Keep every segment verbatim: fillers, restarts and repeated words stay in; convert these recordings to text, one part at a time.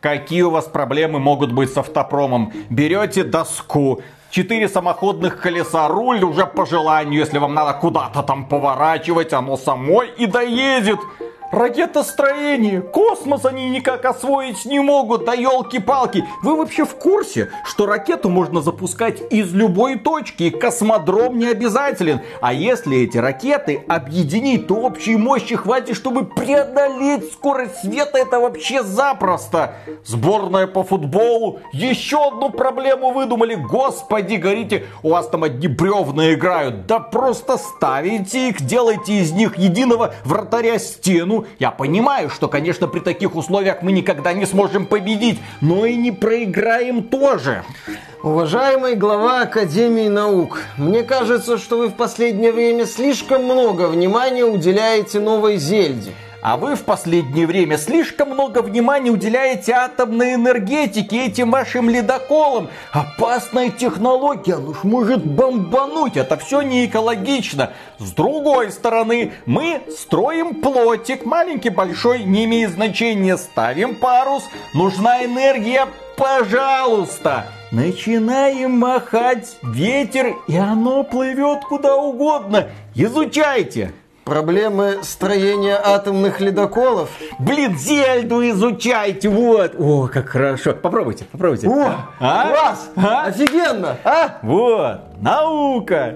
Какие у вас проблемы могут быть с автопромом? Берете доску, четыре самоходных колеса, руль уже по желанию, если вам надо куда-то там поворачивать, оно само и доедет. Ракетостроение, космос они никак освоить не могут, да елки-палки. Вы вообще в курсе, что ракету можно запускать из любой точки, и космодром не обязателен? А если эти ракеты объединить, то общей мощи хватит, чтобы преодолеть скорость света, это вообще запросто. Сборная по футболу, еще одну проблему выдумали. Господи, говорите, у вас там одни бревна играют. Да просто ставите их, делайте из них единого вратаря стену. Я понимаю, что, конечно, при таких условиях мы никогда не сможем победить, но и не проиграем тоже. Уважаемый глава Академии наук, мне кажется, что вы в последнее время слишком много внимания уделяете новой Зельде. А вы в последнее время слишком много внимания уделяете атомной энергетике, этим вашим ледоколам. Опасная технология, ну ж может бомбануть, это все не экологично. С другой стороны, мы строим плотик, маленький, большой, не имеет значения, ставим парус, нужна энергия, пожалуйста. Начинаем махать, ветер, и оно плывет куда угодно. Изучайте. Проблемы строения атомных ледоколов? Блин, Зельду изучайте, вот. О, как хорошо. Попробуйте, попробуйте. О, а? класс, а? Офигенно, а? Вот, наука.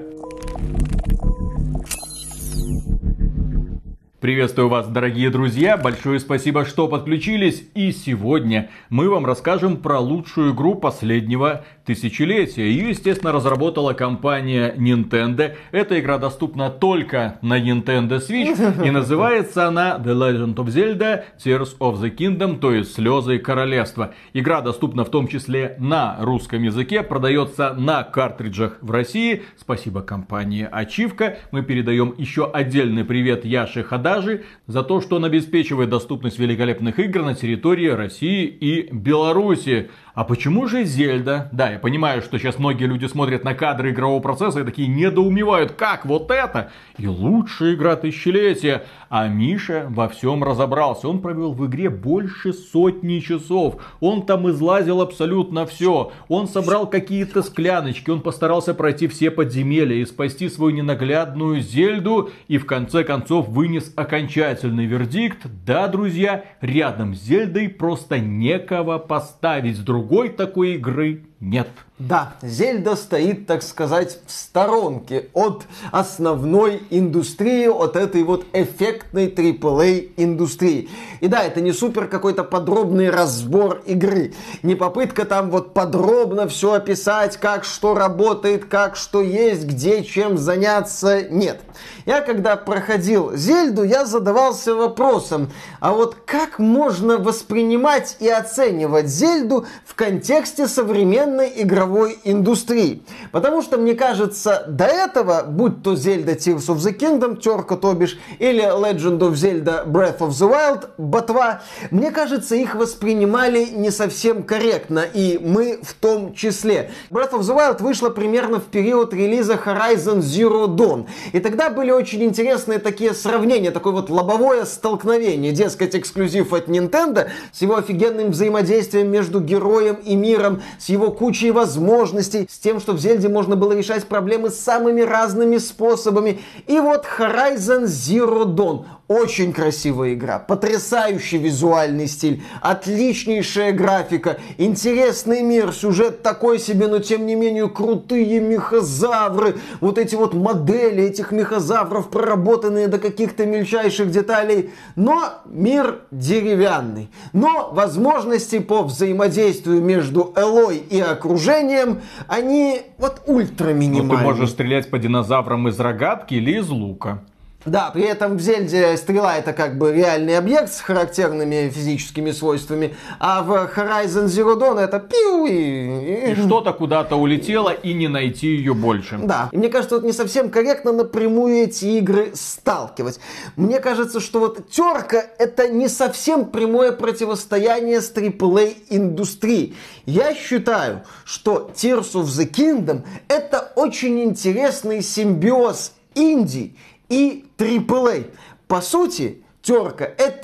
Приветствую вас, дорогие друзья, большое спасибо, что подключились, и сегодня мы вам расскажем про лучшую игру последнего тысячелетия. Ее, естественно, разработала компания Nintendo. Эта игра доступна только на Nintendo Switch, и называется она The Legend of Zelda Tears of the Kingdom, то есть Слезы Королевства. Игра доступна в том числе на русском языке, продается на картриджах в России. Спасибо компании Ачивка. Мы передаем еще отдельный привет Яше Хадажи за то, что он обеспечивает доступность великолепных игр на территории России и Беларуси. А почему же Зельда? Да, я понимаю, что сейчас многие люди смотрят на кадры игрового процесса и такие недоумевают, как вот это? И лучшая игра тысячелетия. А Миша во всем разобрался. Он провел в игре больше сотни часов. Он там излазил абсолютно все. Он собрал какие-то скляночки. Он постарался пройти все подземелья и спасти свою ненаглядную Зельду. И в конце концов вынес окончательный вердикт. Да, друзья, рядом с Зельдой просто некого поставить. С другой такой игры нет. Да, Зельда стоит, так сказать, в сторонке от основной индустрии, от этой вот эффектной трипл эй индустрии. И да, это не супер какой-то подробный разбор игры, не попытка там вот подробно все описать, как что работает, как что есть, где чем заняться, нет. Я когда проходил Зельду, я задавался вопросом, а вот как можно воспринимать и оценивать Зельду в контексте современной игровой индустрии? Потому что, мне кажется, до этого, будь то Zelda Tears of the Kingdom, терка то бишь, или Legend of Zelda Breath of the Wild, ботва, мне кажется, их воспринимали не совсем корректно, и мы в том числе. Breath of the Wild вышла примерно в период релиза Horizon Zero Dawn, и тогда были очень интересные такие сравнения, такое вот лобовое столкновение, дескать, эксклюзив от Nintendo с его офигенным взаимодействием между героем и миром, с его кучей возможностей, с тем, что в Зельде можно было решать проблемы самыми разными способами. И вот Horizon Zero Dawn. Очень красивая игра, потрясающий визуальный стиль, отличнейшая графика, интересный мир, сюжет такой себе, но тем не менее крутые мехозавры, вот эти вот модели этих мехозавров, проработанные до каких-то мельчайших деталей, но мир деревянный. Но возможности по взаимодействию между Элой и окружением, они вот ультра минимальны. Ну, ты можешь стрелять по динозаврам из рогатки или из лука. Да, при этом в Зельде стрела это как бы реальный объект с характерными физическими свойствами, а в Horizon Zero Dawn это пиу и... И что-то куда-то улетело, и не найти ее больше. Да, и мне кажется, вот не совсем корректно напрямую эти игры сталкивать. Мне кажется, что вот терка это не совсем прямое противостояние с трипл эй индустрией. Я считаю, что Tears of the Kingdom это очень интересный симбиоз инди и трипл эй. По сути, терка это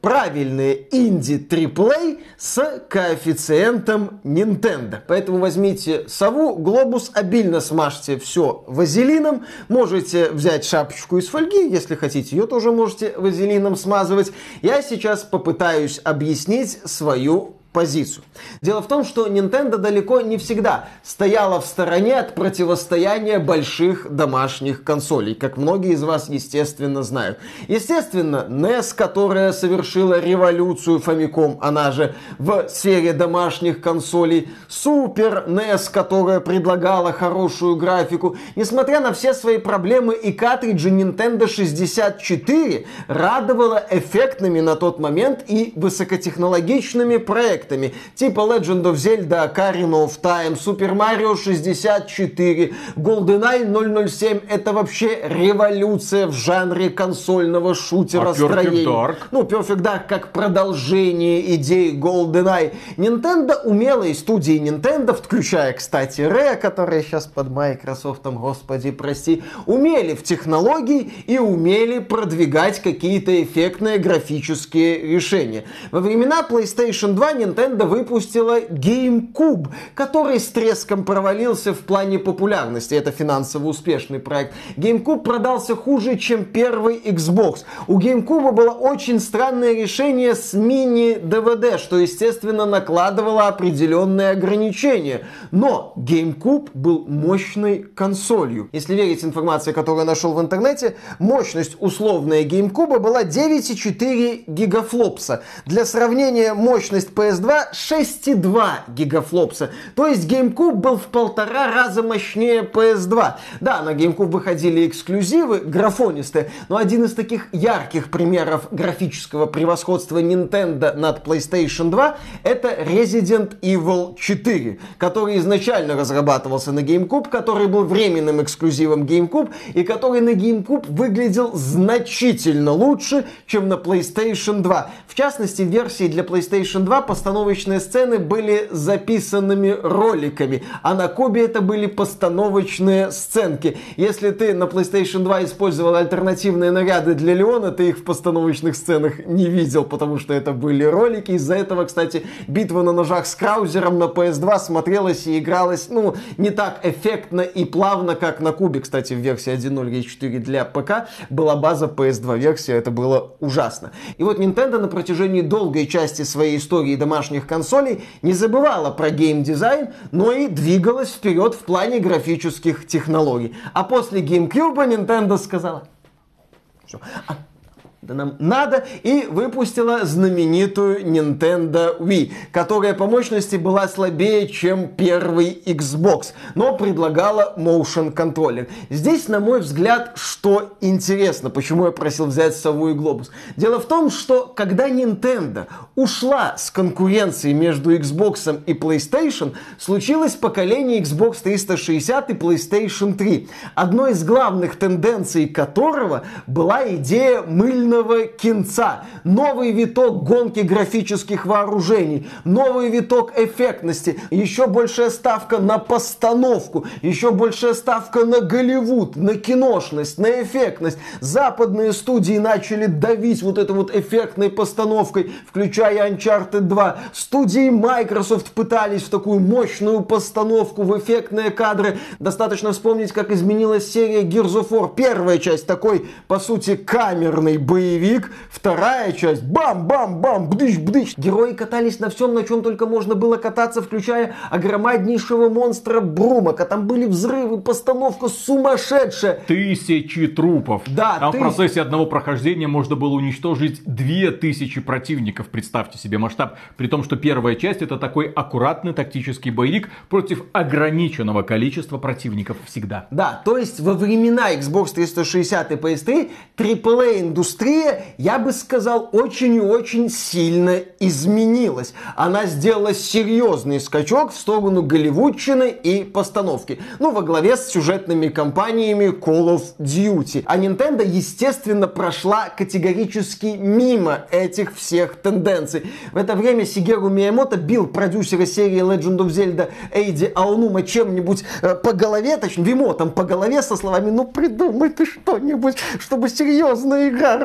правильные инди-триплей с коэффициентом Nintendo. Поэтому возьмите сову, глобус, обильно смажьте все вазелином. Можете взять шапочку из фольги, если хотите, ее тоже можете вазелином смазывать. Я сейчас попытаюсь объяснить свою позицию. Дело в том, что Nintendo далеко не всегда стояла в стороне от противостояния больших домашних консолей, как многие из вас, естественно, знают. Естественно, эн и эс, которая совершила революцию, Famicom, она же в сфере домашних консолей, Super эн и эс, которая предлагала хорошую графику. Несмотря на все свои проблемы, и картриджи Nintendo шестьдесят четыре радовала эффектными на тот момент и высокотехнологичными проектами. Типа Legend of Zelda, Ocarina of Time, Super Mario шестьдесят четыре, GoldenEye ноль ноль семь. Это вообще революция в жанре консольного шутера. А Perfect Dark? Ну, Perfect Dark как продолжение идей GoldenEye. Nintendo умела, и студии Nintendo, включая, кстати, Rare, которая сейчас под Microsoft, господи, прости, умели в технологии и умели продвигать какие-то эффектные графические решения. Во времена PlayStation два Nintendo Nintendo выпустила GameCube, который с треском провалился в плане популярности. Это финансово успешный проект. GameCube продался хуже, чем первый Xbox. У GameCube было очень странное решение с мини-ди ви ди, что, естественно, накладывало определенные ограничения. Но GameCube был мощной консолью. Если верить информации, которую я нашел в интернете, мощность условная GameCube была девять и четыре гигафлопса. Для сравнения, мощность пи эс два шесть и два гигафлопса. То есть GameCube был в полтора раза мощнее пи эс два. Да, на GameCube выходили эксклюзивы, графонистые, но один из таких ярких примеров графического превосходства Nintendo над PlayStation два это Resident Evil четыре, который изначально разрабатывался на GameCube, который был временным эксклюзивом GameCube и который на GameCube выглядел значительно лучше, чем на PlayStation два. В частности, в версии для PlayStation два постановочные сцены были записанными роликами, а на Кубе это были постановочные сценки. Если ты на PlayStation два использовал альтернативные наряды для Леона, ты их в постановочных сценах не видел, потому что это были ролики. Из-за этого, кстати, битва на ножах с Краузером на пи эс два смотрелась и игралась, ну, не так эффектно и плавно, как на Кубе. Кстати, в версии один ноль четыре для ПК была база пи эс два версия, это было ужасно. И вот Nintendo на протяжении долгой части своей истории домашних консолей не забывала про геймдизайн, но и двигалась вперед в плане графических технологий. А после GameCube Nintendo сказала: все, а, да нам надо, и выпустила знаменитую Nintendo Wii, которая по мощности была слабее, чем первый Xbox, но предлагала motion контроллер. Здесь, на мой взгляд, что интересно, почему я просил взять сову и глобус. Дело в том, что когда Nintendo ушла с конкуренции между Xbox и PlayStation, случилось поколение Xbox триста шестьдесят и PlayStation три, одной из главных тенденций которого была идея мыльного кинца, новый виток гонки графических вооружений, новый виток эффектности, еще большая ставка на постановку, еще большая ставка на Голливуд, на киношность, на эффектность. Западные студии начали давить вот этой вот эффектной постановкой, включая Uncharted два. Студии Microsoft пытались в такую мощную постановку, в эффектные кадры. Достаточно вспомнить, как изменилась серия Gears of War. Первая часть такой, по сути, камерный боевик. Вторая часть бам-бам-бам, бдыщ-бдыщ. Герои катались на всем, на чем только можно было кататься, включая огромнейшего монстра Брумака. Там были взрывы, постановка сумасшедшая. Тысячи трупов. Да, Там ты... в процессе одного прохождения можно было уничтожить две тысячи противников. Представьте себе масштаб. При том, что первая часть это такой аккуратный тактический боевик против ограниченного количества противников всегда. Да, то есть во времена Xbox триста шестьдесят и пи эс три трипл эй-индустрия, я бы сказал, очень и очень сильно изменилась. Она сделала серьезный скачок в сторону голливудчины и постановки. Ну, во главе с сюжетными кампаниями Call of Duty. А Nintendo, естественно, прошла категорически мимо этих всех тенденций. В это время Сигеру Миямото бил продюсера серии Legend of Zelda Эйди Аонума чем-нибудь э, по голове, точнее, вимотом по голове со словами: ну придумай ты что-нибудь, чтобы серьезная игра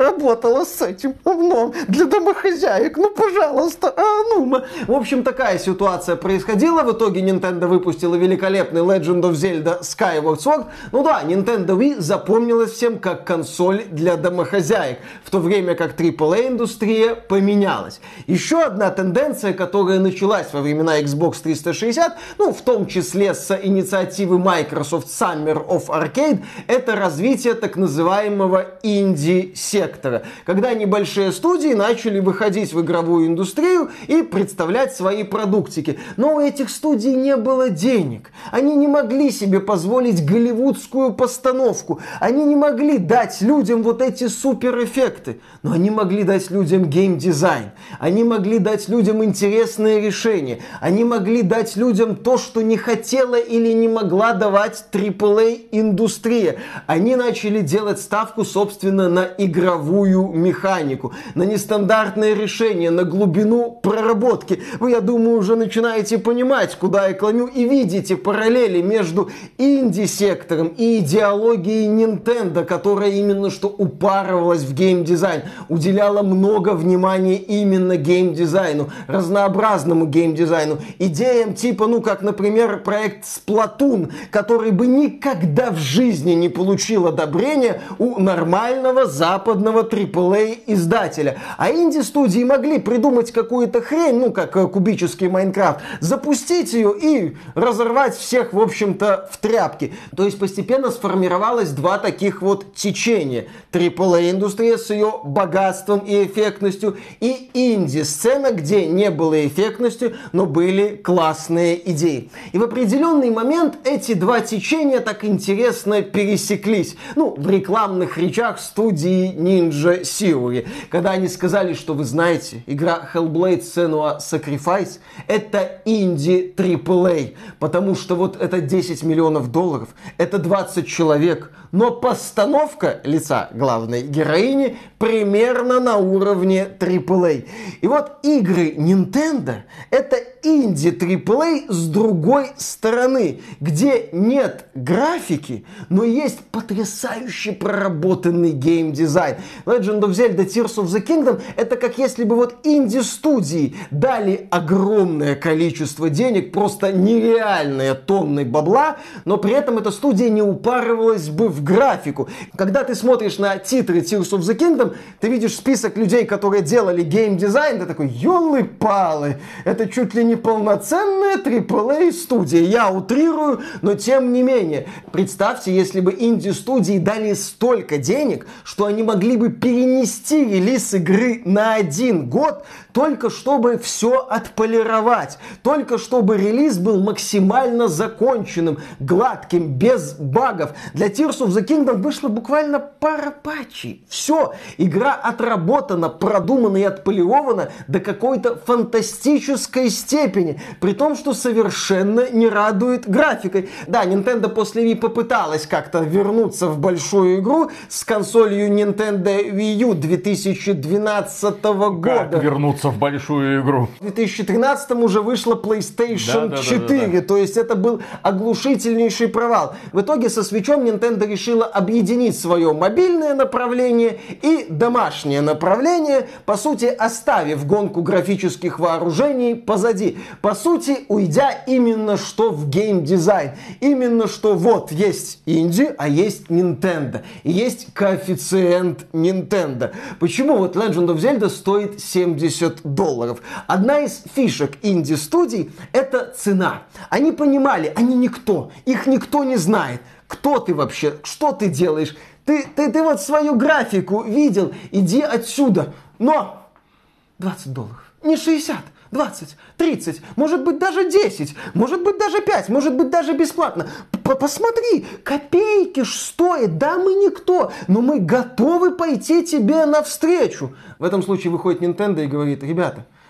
работала с этим говном для домохозяек. Ну, пожалуйста, а ну. В общем, такая ситуация происходила. В итоге Nintendo выпустила великолепный Legend of Zelda Skyward Sword. Ну да, Nintendo Wii запомнилась всем как консоль для домохозяек, в то время как трипл эй-индустрия поменялась. Еще одна тенденция, которая началась во времена Xbox триста шестьдесят, ну, в том числе с инициативы Microsoft Summer of Arcade, это развитие так называемого инди-сектора, когда небольшие студии начали выходить в игровую индустрию и представлять свои продуктики. Но у этих студий не было денег. Они не могли себе позволить голливудскую постановку. Они не могли дать людям вот эти суперэффекты. Но они могли дать людям геймдизайн. Они могли дать людям интересные решения. Они могли дать людям то, что не хотела или не могла давать трипл эй-индустрия. Они начали делать ставку, собственно, на игровую механику, на нестандартные решения, на глубину проработки. Вы, я думаю, уже начинаете понимать, куда я клоню, и видите параллели между инди-сектором и идеологией Nintendo, которая именно что упарывалась в геймдизайн, уделяла много внимания именно геймдизайну, разнообразному геймдизайну, идеям типа, ну, как, например, проект Splatoon, который бы никогда в жизни не получил одобрения у нормального западного трипл эй-издателя. А инди-студии могли придумать какую-то хрень, ну, как кубический Майнкрафт, запустить ее и разорвать всех, в общем-то, в тряпки. То есть постепенно сформировалось два таких вот течения. трипл эй-индустрия с ее богатством и эффектностью, и инди-сцена, где не было эффектности, но были классные идеи. И в определенный момент эти два течения так интересно пересеклись. Ну, в рекламных речах студии Ninja Theory, когда они сказали, что, вы знаете, игра Hellblade: Senua Sacrifice — это инди трипл эй, потому что вот это десять миллионов долларов, это двадцать человек, но постановка лица главной героини примерно на уровне трипл эй. И вот игры Nintendo — это инди трипл эй с другой стороны, где нет графики, но есть потрясающе проработанный геймдизайн. Legend of Zelda Tears of the Kingdom — это как если бы вот инди-студии дали огромное количество денег, просто нереальные тонны бабла, но при этом эта студия не упарывалась бы в графику. Когда ты смотришь на титры Tears of the Kingdom, ты видишь список людей, которые делали геймдизайн, ты такой, ёлы-палы, это чуть ли не полноценная трипл эй-студия. Я утрирую, но тем не менее. Представьте, если бы инди-студии дали столько денег, что они могли бы перенести релиз игры на один год, только чтобы все отполировать, только чтобы релиз был максимально законченным, гладким, без багов. Для Tears of the Kingdom вышло буквально пара патчей. Все, игра отработана, продумана и отполирована до какой-то фантастической степени, при том, что совершенно не радует графикой. Да, Nintendo после Wii попыталась как-то вернуться в большую игру с консолью Nintendo Wii U две тысячи двенадцатого года. Как вернуться в большую игру? В две тысячи тринадцатом уже вышла PlayStation да, да, четыре, да, да, да. То есть это был оглушительнейший провал. В итоге со Switch'ом Nintendo решила объединить свое мобильное направление и домашнее направление, по сути оставив гонку графических вооружений позади. По сути, уйдя именно что в геймдизайн. Именно что вот есть инди, а есть Nintendo. И есть коэффициент Nintendo. Почему вот Legend of Zelda стоит семьдесят долларов? Одна из фишек инди-студий — это цена. Они понимали, они никто, их никто не знает. Кто ты вообще? Что ты делаешь? Ты, ты, ты вот свою графику видел? Иди отсюда. Но двадцать долларов. Не шестьдесят. двадцать, тридцать, может быть даже десять, может быть даже пять, может быть даже бесплатно. Посмотри, копейки ж стоит, да мы никто, но мы готовы пойти тебе навстречу. В этом случае выходит Nintendo и говорит, ребята,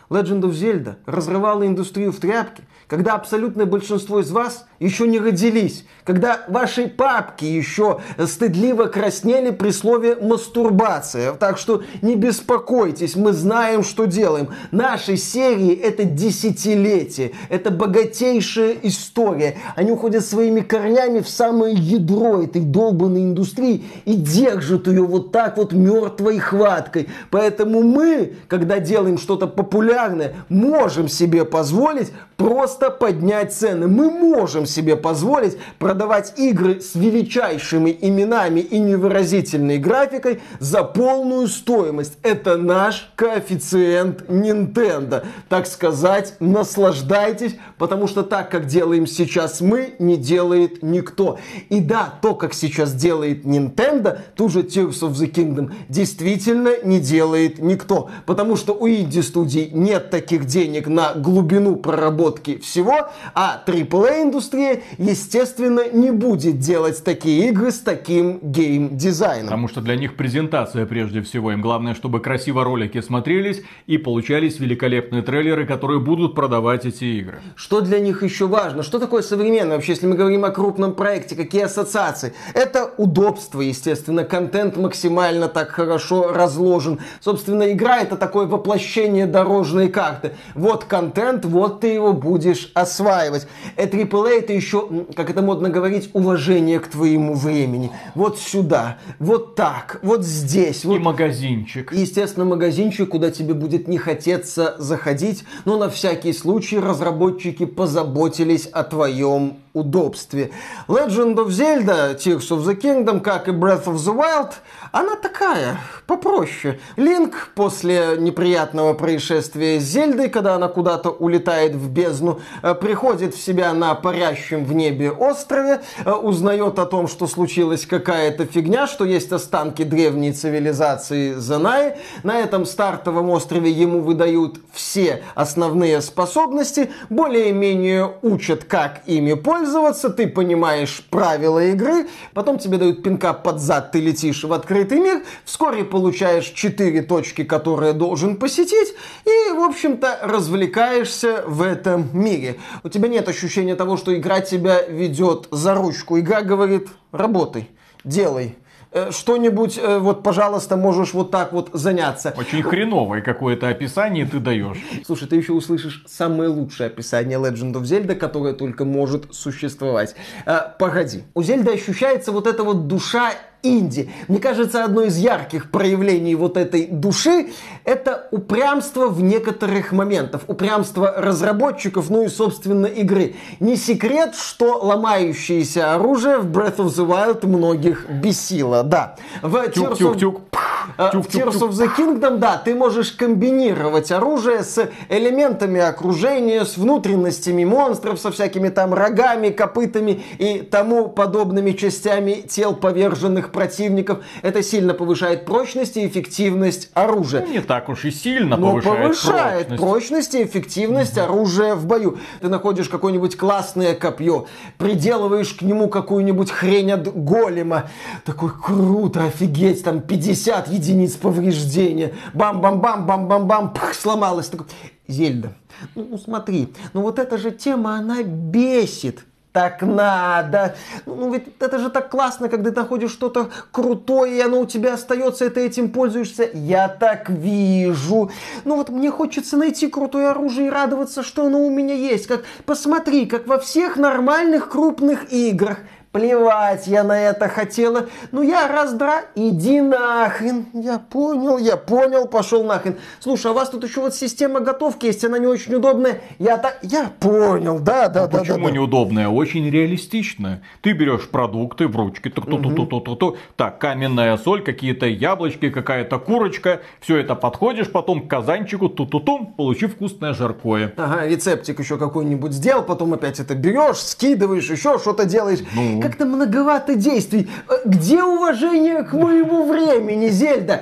Legend of Zelda разрывала индустрию в тряпки, когда абсолютное большинство из вас еще не родились, когда ваши папки еще стыдливо краснели при слове «мастурбация». Так что не беспокойтесь, мы знаем, что делаем. Наши серии — это десятилетие, это богатейшая история. Они уходят своими корнями в самое ядро этой долбанной индустрии и держат ее вот так вот мертвой хваткой. Поэтому мы, когда делаем что-то популярное, можем себе позволить просто поднять цены. Мы можем себе позволить продавать игры с величайшими именами и невыразительной графикой за полную стоимость. Это наш коэффициент Nintendo. Так сказать, наслаждайтесь, потому что так, как делаем сейчас мы, не делает никто. И да, то, как сейчас делает Nintendo, ту же Tears of the Kingdom, действительно не делает никто. Потому что у инди-студий нет таких денег на глубину проработки всего, а трипл эй-индустрия, естественно, не будет делать такие игры с таким гейм-дизайном. Потому что для них презентация прежде всего. Им главное, чтобы красиво ролики смотрелись и получались великолепные трейлеры, которые будут продавать эти игры. Что для них еще важно? Что такое современное вообще, если мы говорим о крупном проекте? Какие ассоциации? Это удобство, естественно. Контент максимально так хорошо разложен. Собственно, игра — это такое воплощение дорожной карты. Вот контент, вот ты его будешь осваивать. А трипл эй — это еще, как это модно говорить, уважение к твоему времени. Вот сюда, вот так, вот здесь. Вот. И магазинчик. Естественно, магазинчик, куда тебе будет не хотеться заходить, но на всякий случай разработчики позаботились о твоем удобстве. Legend of Zelda, Tears of the Kingdom, как и Breath of the Wild, она такая, попроще. Линк после неприятного происшествия с Зельдой, когда она куда-то улетает в бездну, приходит в себя на парящем в небе острове, узнает о том, что случилась какая-то фигня, что есть останки древней цивилизации Занаи. На этом стартовом острове ему выдают все основные способности, более-менее учат, как ими пользоваться, ты понимаешь правила игры, потом тебе дают пинка под зад, ты летишь в открытый мир, вскоре получаешь четыре точки, которые должен посетить, и, в общем-то, развлекаешься в этом мире. У тебя нет ощущения того, что игра тебя ведет за ручку. Игра говорит: работай, делай. Что-нибудь, вот, пожалуйста, можешь вот так вот заняться. Очень хреновое какое-то описание ты даешь. Слушай, ты еще услышишь самое лучшее описание Legend of Zelda, которое только может существовать. А, погоди. У Зельды ощущается вот эта вот душа инди. Мне кажется, одно из ярких проявлений вот этой души — это упрямство в некоторых моментах. Упрямство разработчиков, ну и, собственно, игры. Не секрет, что ломающееся оружие в Breath of the Wild многих бесило. Да. В Tears of... В Tears of the Kingdom, да, ты можешь комбинировать оружие с элементами окружения, с внутренностями монстров, со всякими там рогами, копытами и тому подобными частями тел поверженных противников. Это сильно повышает прочность и эффективность оружия. Не так уж и сильно Но повышает, повышает прочность. прочность и эффективность mm-hmm. оружия в бою. Ты находишь какое-нибудь классное копье, приделываешь к нему какую-нибудь хрень от голема. Такой круто, офигеть, там пятьдесят единиц повреждения. Бам-бам-бам, бам-бам-бам, пх, сломалась. Такой... Зельда, ну, ну смотри, ну вот эта же тема, она бесит. Так надо. Ну ведь это же так классно, когда ты находишь что-то крутое, и оно у тебя остается, и ты этим пользуешься. Я так вижу. Ну вот мне хочется найти крутое оружие и радоваться, что оно у меня есть. Как, посмотри, как во всех нормальных крупных играх. Плевать я на это хотела. Ну я раздра... Иди нахрен. Я понял, я понял, пошел нахрен. Слушай, а у вас тут еще вот система готовки есть, она не очень удобная. Я так... Я понял, да, да, а да. Почему да, да. неудобная? Очень реалистичная. Ты берешь продукты в ручки. Угу. Так, каменная соль, какие-то яблочки, какая-то курочка. Все это подходишь потом к казанчику, ту-ту-ту, получив вкусное жаркое. Ага, рецептик еще какой-нибудь сделал, потом опять это берешь, скидываешь, еще что-то делаешь. Ну. Как-то многовато действий. Где уважение к моему времени, Зельда?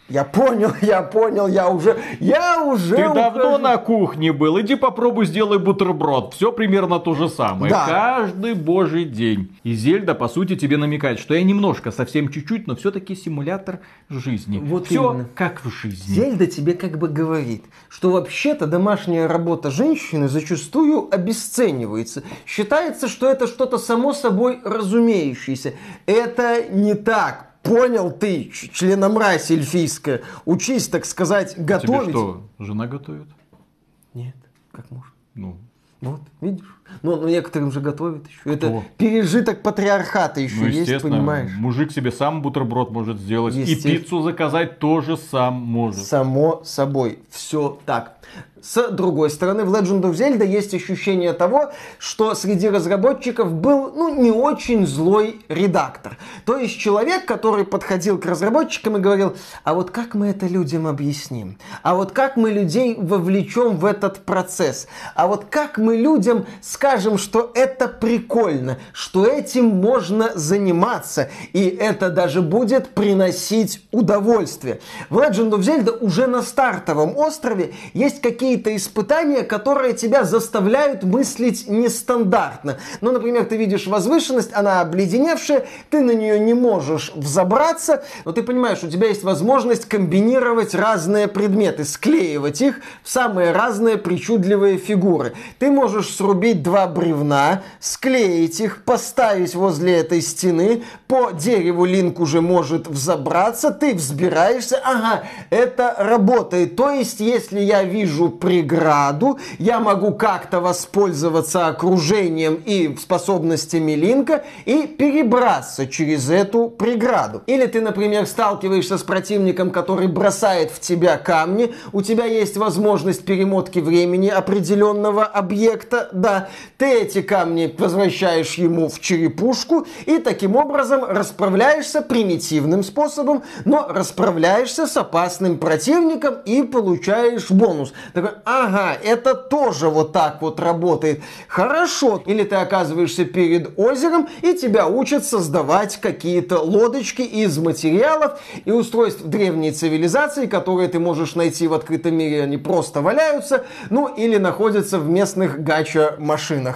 Я понял, я понял, я уже, я уже Ты ухожу. давно на кухне был, иди попробуй сделай бутерброд. Все примерно то же самое. Да. Каждый божий день. И Зельда, по сути, тебе намекает, что я немножко, совсем чуть-чуть, но все-таки симулятор жизни. Вот все именно. как в жизни. Зельда тебе как бы говорит, что вообще-то домашняя работа женщины зачастую обесценивается. Считается, что это что-то само собой разумеющееся. Это не так. Понял ты, членомразь эльфийская. Учись, так сказать, готовить. Тебе что, жена готовит? Нет, как муж. Ну, Вот, видишь? Ну, ну некоторым же готовят еще. Это Кто? пережиток патриархата еще ну есть, естественно, понимаешь? мужик себе сам бутерброд может сделать. И Естественно. пиццу заказать тоже сам может. Само собой, все так. С другой стороны, в Legend of Zelda есть ощущение того, что среди разработчиков был, ну, не очень злой редактор. То есть человек, который подходил к разработчикам и говорил, а вот как мы это людям объясним? А вот как мы людей вовлечем в этот процесс? А вот как мы людям скажем, что это прикольно, что этим можно заниматься, и это даже будет приносить удовольствие. В Legend of Zelda уже на стартовом острове есть какие-то испытания, которые тебя заставляют мыслить нестандартно. Ну, например, ты видишь возвышенность, она обледеневшая, ты на нее не можешь взобраться, но ты понимаешь, у тебя есть возможность комбинировать разные предметы, склеивать их в самые разные причудливые фигуры. Ты можешь срубить два бревна, склеить их, поставить возле этой стены, по дереву Линк уже может взобраться, ты взбираешься, ага, это работает. То есть, если я вижу преграду, я могу как-то воспользоваться окружением и способностями Линка и перебраться через эту преграду. Или ты, например, сталкиваешься с противником, который бросает в тебя камни, у тебя есть возможность перемотки времени определенного объекта, да, ты эти камни возвращаешь ему в черепушку и таким образом расправляешься примитивным способом, но расправляешься с опасным противником и получаешь бонус. Такой, ага, это тоже вот так вот работает. Хорошо. Или ты оказываешься перед озером, и тебя учат создавать какие-то лодочки из материалов и устройств древней цивилизации, которые ты можешь найти в открытом мире. Они просто валяются, ну или находятся в местных гача-машинах.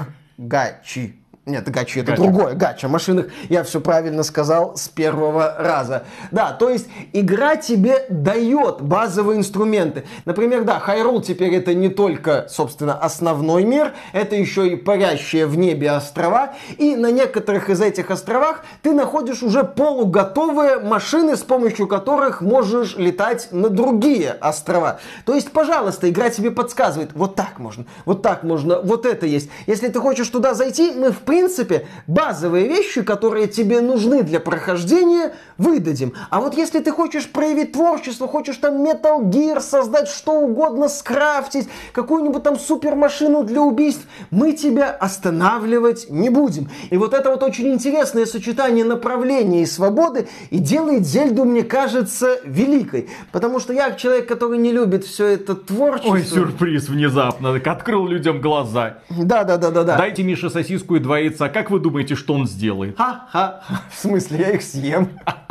Гачи. Нет, гачи это Гача. другое. Гача машинах. Я все правильно сказал с первого раза. Да, то есть игра тебе дает базовые инструменты. Например, да, Хайрул теперь это не только, собственно, основной мир, это еще и парящие в небе острова. И на некоторых из этих островах ты находишь уже полуготовые машины, с помощью которых можешь летать на другие острова. То есть, пожалуйста, игра тебе подсказывает, вот так можно, вот так можно, вот это есть. Если ты хочешь туда зайти, мы в В принципе, базовые вещи, которые тебе нужны для прохождения, выдадим. А вот если ты хочешь проявить творчество, хочешь там Metal Gear создать, что угодно скрафтить, какую-нибудь там супермашину для убийств, мы тебя останавливать не будем. И вот это вот очень интересное сочетание направления и свободы и делает Зельду, мне кажется, великой. Потому что я человек, который не любит все это творчество. Ой, сюрприз внезапно. Открыл людям глаза. Да-да-да-да-да. Дайте Мише сосиску и два яйца. Как вы думаете, что он сделает? Ха-ха. В смысле, я их съем.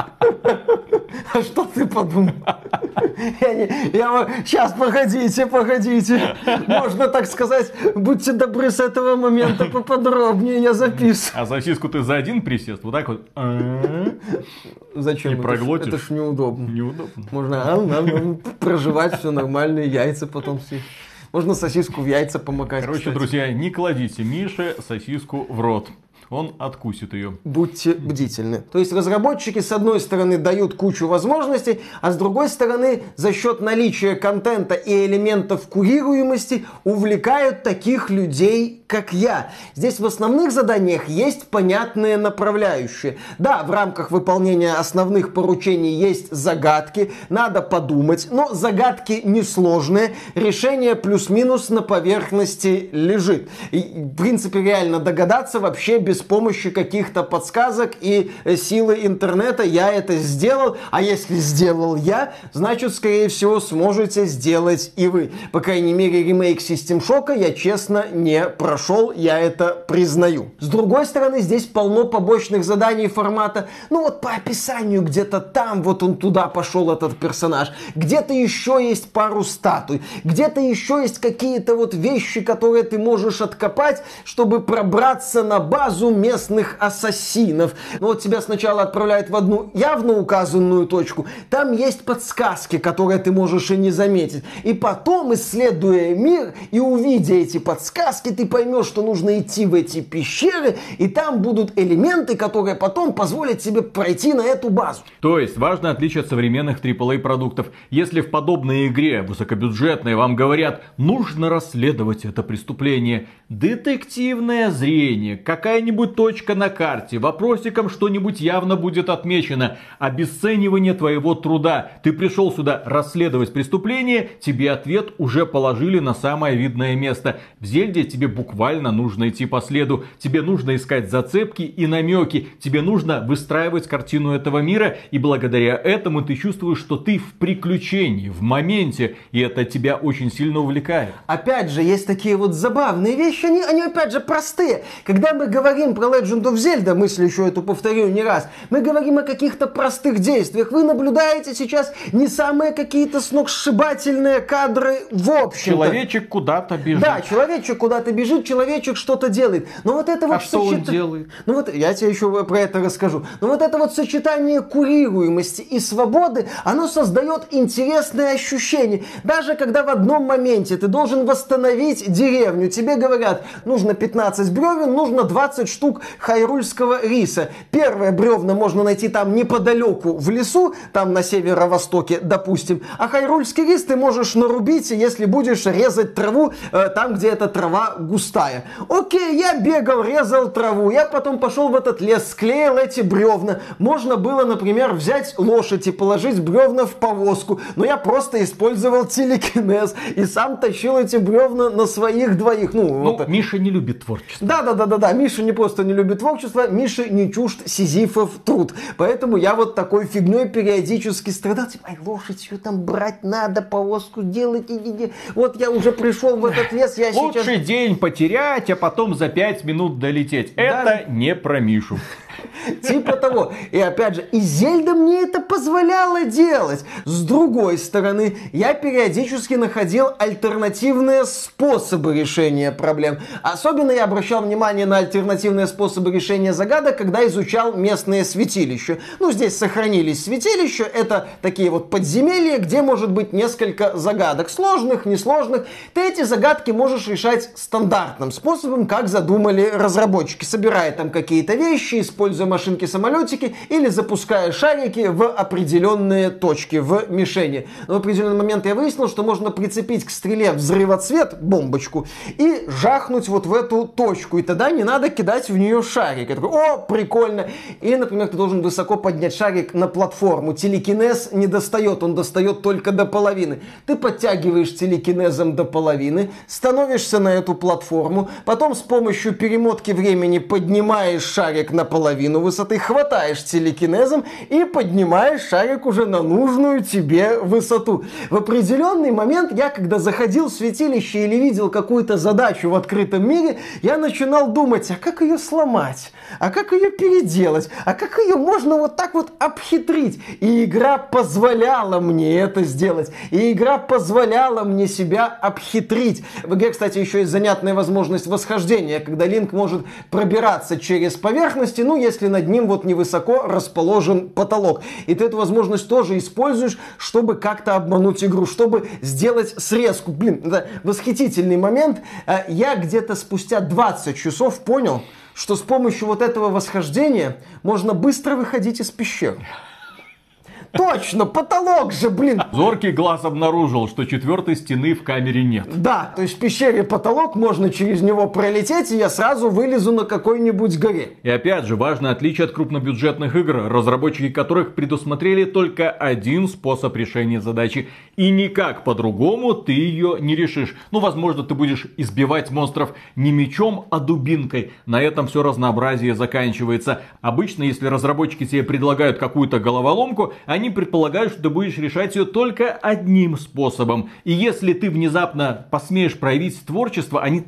А что ты подумал? Я не... Я... Сейчас, погодите, погодите. Можно, так сказать, будьте добры с этого момента поподробнее, я записываю. А сосиску ты за один присест? Вот так вот? Зачем? И Это ж- проглотишь? Это ж неудобно. Неудобно. Можно а, а, а, проживать все нормальные яйца потом съесть. Можно сосиску в яйца помогать. Короче, кстати. друзья, не кладите Мише сосиску в рот. Он откусит ее. Будьте бдительны. То есть разработчики с одной стороны дают кучу возможностей, а с другой стороны за счет наличия контента и элементов курируемости увлекают таких людей, как я. Здесь в основных заданиях есть понятные направляющие. Да, в рамках выполнения основных поручений есть загадки, надо подумать, но загадки несложные, решение плюс-минус на поверхности лежит. И, в принципе, реально догадаться вообще без помощи каких-то подсказок и силы интернета я это сделал. А если сделал я, значит, скорее всего, сможете сделать и вы. По крайней мере, ремейк System Shock я, честно, не прошел, я это признаю. С другой стороны, здесь полно побочных заданий формата, ну вот по описанию где-то там, вот он туда пошел, этот персонаж, где-то еще есть пару статуй, где-то еще есть какие-то вот вещи, которые ты можешь откопать, чтобы пробраться на базу местных ассасинов. Ну вот тебя сначала отправляют в одну явно указанную точку, там есть подсказки, которые ты можешь и не заметить. И потом, исследуя мир и увидя эти подсказки, ты поймешь, что нужно идти в эти пещеры, и там будут элементы, которые потом позволят тебе пройти на эту базу. То есть, важное отличие от современных трипл эй продуктов. Если в подобной игре, высокобюджетной, вам говорят, нужно расследовать это преступление, детективное зрение, какая-нибудь точка на карте, вопросиком что-нибудь явно будет отмечено, обесценивание твоего труда. Ты пришел сюда расследовать преступление, тебе ответ уже положили на самое видное место. В Зельде тебе буквально нужно идти по следу, тебе нужно искать зацепки и намеки, тебе нужно выстраивать картину этого мира, и благодаря этому ты чувствуешь, что ты в приключении, в моменте, и это тебя очень сильно увлекает. Опять же, есть такие вот забавные вещи, они, они опять же простые. Когда мы говорим про Legend of Zelda, мысль еще эту повторю не раз, мы говорим о каких-то простых действиях. Вы наблюдаете сейчас не самые какие-то сногсшибательные кадры в общем. Человечек куда-то бежит. Да, человечек куда-то бежит, человечек что-то делает. Но вот это вот а что сочет... он делает? Ну вот я тебе еще про это расскажу. Но вот это вот сочетание курируемости и свободы, оно создает интересное ощущение. Даже когда в одном моменте ты должен восстановить деревню, тебе говорят, нужно пятнадцать бревен, нужно двадцать штук хайрульского риса. Первое бревна можно найти там неподалеку в лесу, там на северо-востоке, допустим. А хайрульский рис ты можешь нарубить, если будешь резать траву э, там, где эта трава густая. Окей, я бегал, резал траву, я потом пошел в этот лес, склеил эти бревна. Можно было, например, взять лошадь и положить бревна в повозку, но я просто использовал телекинез и сам тащил эти бревна на своих двоих. Ну, ну вот... Миша не любит творчество. Да-да-да-да, Миша не просто не любит творчество, Миша не чужд сизифов труд. Поэтому я вот такой фигней периодически страдал. Типа, ай, лошадь, ее там брать надо, повозку делать. И, и, и. Вот я уже пришел в этот лес, я Лучший сейчас... день потерять, а потом за пять минут долететь. Да. Это не про Мишу. Типа того. И опять же, и Зельда мне это позволяла делать. С другой стороны, я периодически находил альтернативные способы решения проблем. Особенно я обращал внимание на альтернативные способы решения загадок, когда изучал местные святилища. Ну, здесь сохранились святилища. Это такие вот подземелья, где может быть несколько загадок. Сложных, несложных. Ты эти загадки можешь решать стандартным способом, как задумали разработчики. Собирая там какие-то вещи, используя машинки-самолетики или запуская шарики в определенные точки, в мишени. Но в определенный момент я выяснил, что можно прицепить к стреле взрывоцвет, бомбочку, и жахнуть вот в эту точку. И тогда не надо кидать в нее шарик. Я такой, о, прикольно. Или, например, ты должен высоко поднять шарик на платформу. Телекинез не достает, он достает только до половины. Ты подтягиваешь телекинезом до половины, становишься на эту платформу, потом с помощью перемотки времени поднимаешь шарик на половину высоты, хватаешь телекинезом и поднимаешь шарик уже на нужную тебе высоту. В определенный момент я, когда заходил в святилище или видел какую-то задачу в открытом мире, я начинал думать, а как ее сломать? А как ее переделать? А как ее можно вот так вот обхитрить? И игра позволяла мне это сделать. И игра позволяла мне себя обхитрить. В игре, кстати, еще есть занятная возможность восхождения, когда Линк может пробираться через поверхности, ну, если над ним вот невысоко расположен потолок. И ты эту возможность тоже используешь, чтобы как-то обмануть игру, чтобы сделать срезку. Блин, это восхитительный момент. Я где-то спустя двадцать часов понял, что с помощью вот этого восхождения можно быстро выходить из пещеры. Точно, потолок же, блин. Зоркий глаз обнаружил, что четвертой стены в камере нет. Да, то есть в пещере потолок, можно через него пролететь, и я сразу вылезу на какой-нибудь горе. И опять же, важное отличие от крупнобюджетных игр, разработчики которых предусмотрели только один способ решения задачи. И никак по-другому ты ее не решишь. Ну, возможно, ты будешь избивать монстров не мечом, а дубинкой. На этом все разнообразие заканчивается. Обычно, если разработчики тебе предлагают какую-то головоломку, они предполагают, что ты будешь решать ее только одним способом. И если ты внезапно посмеешь проявить творчество, они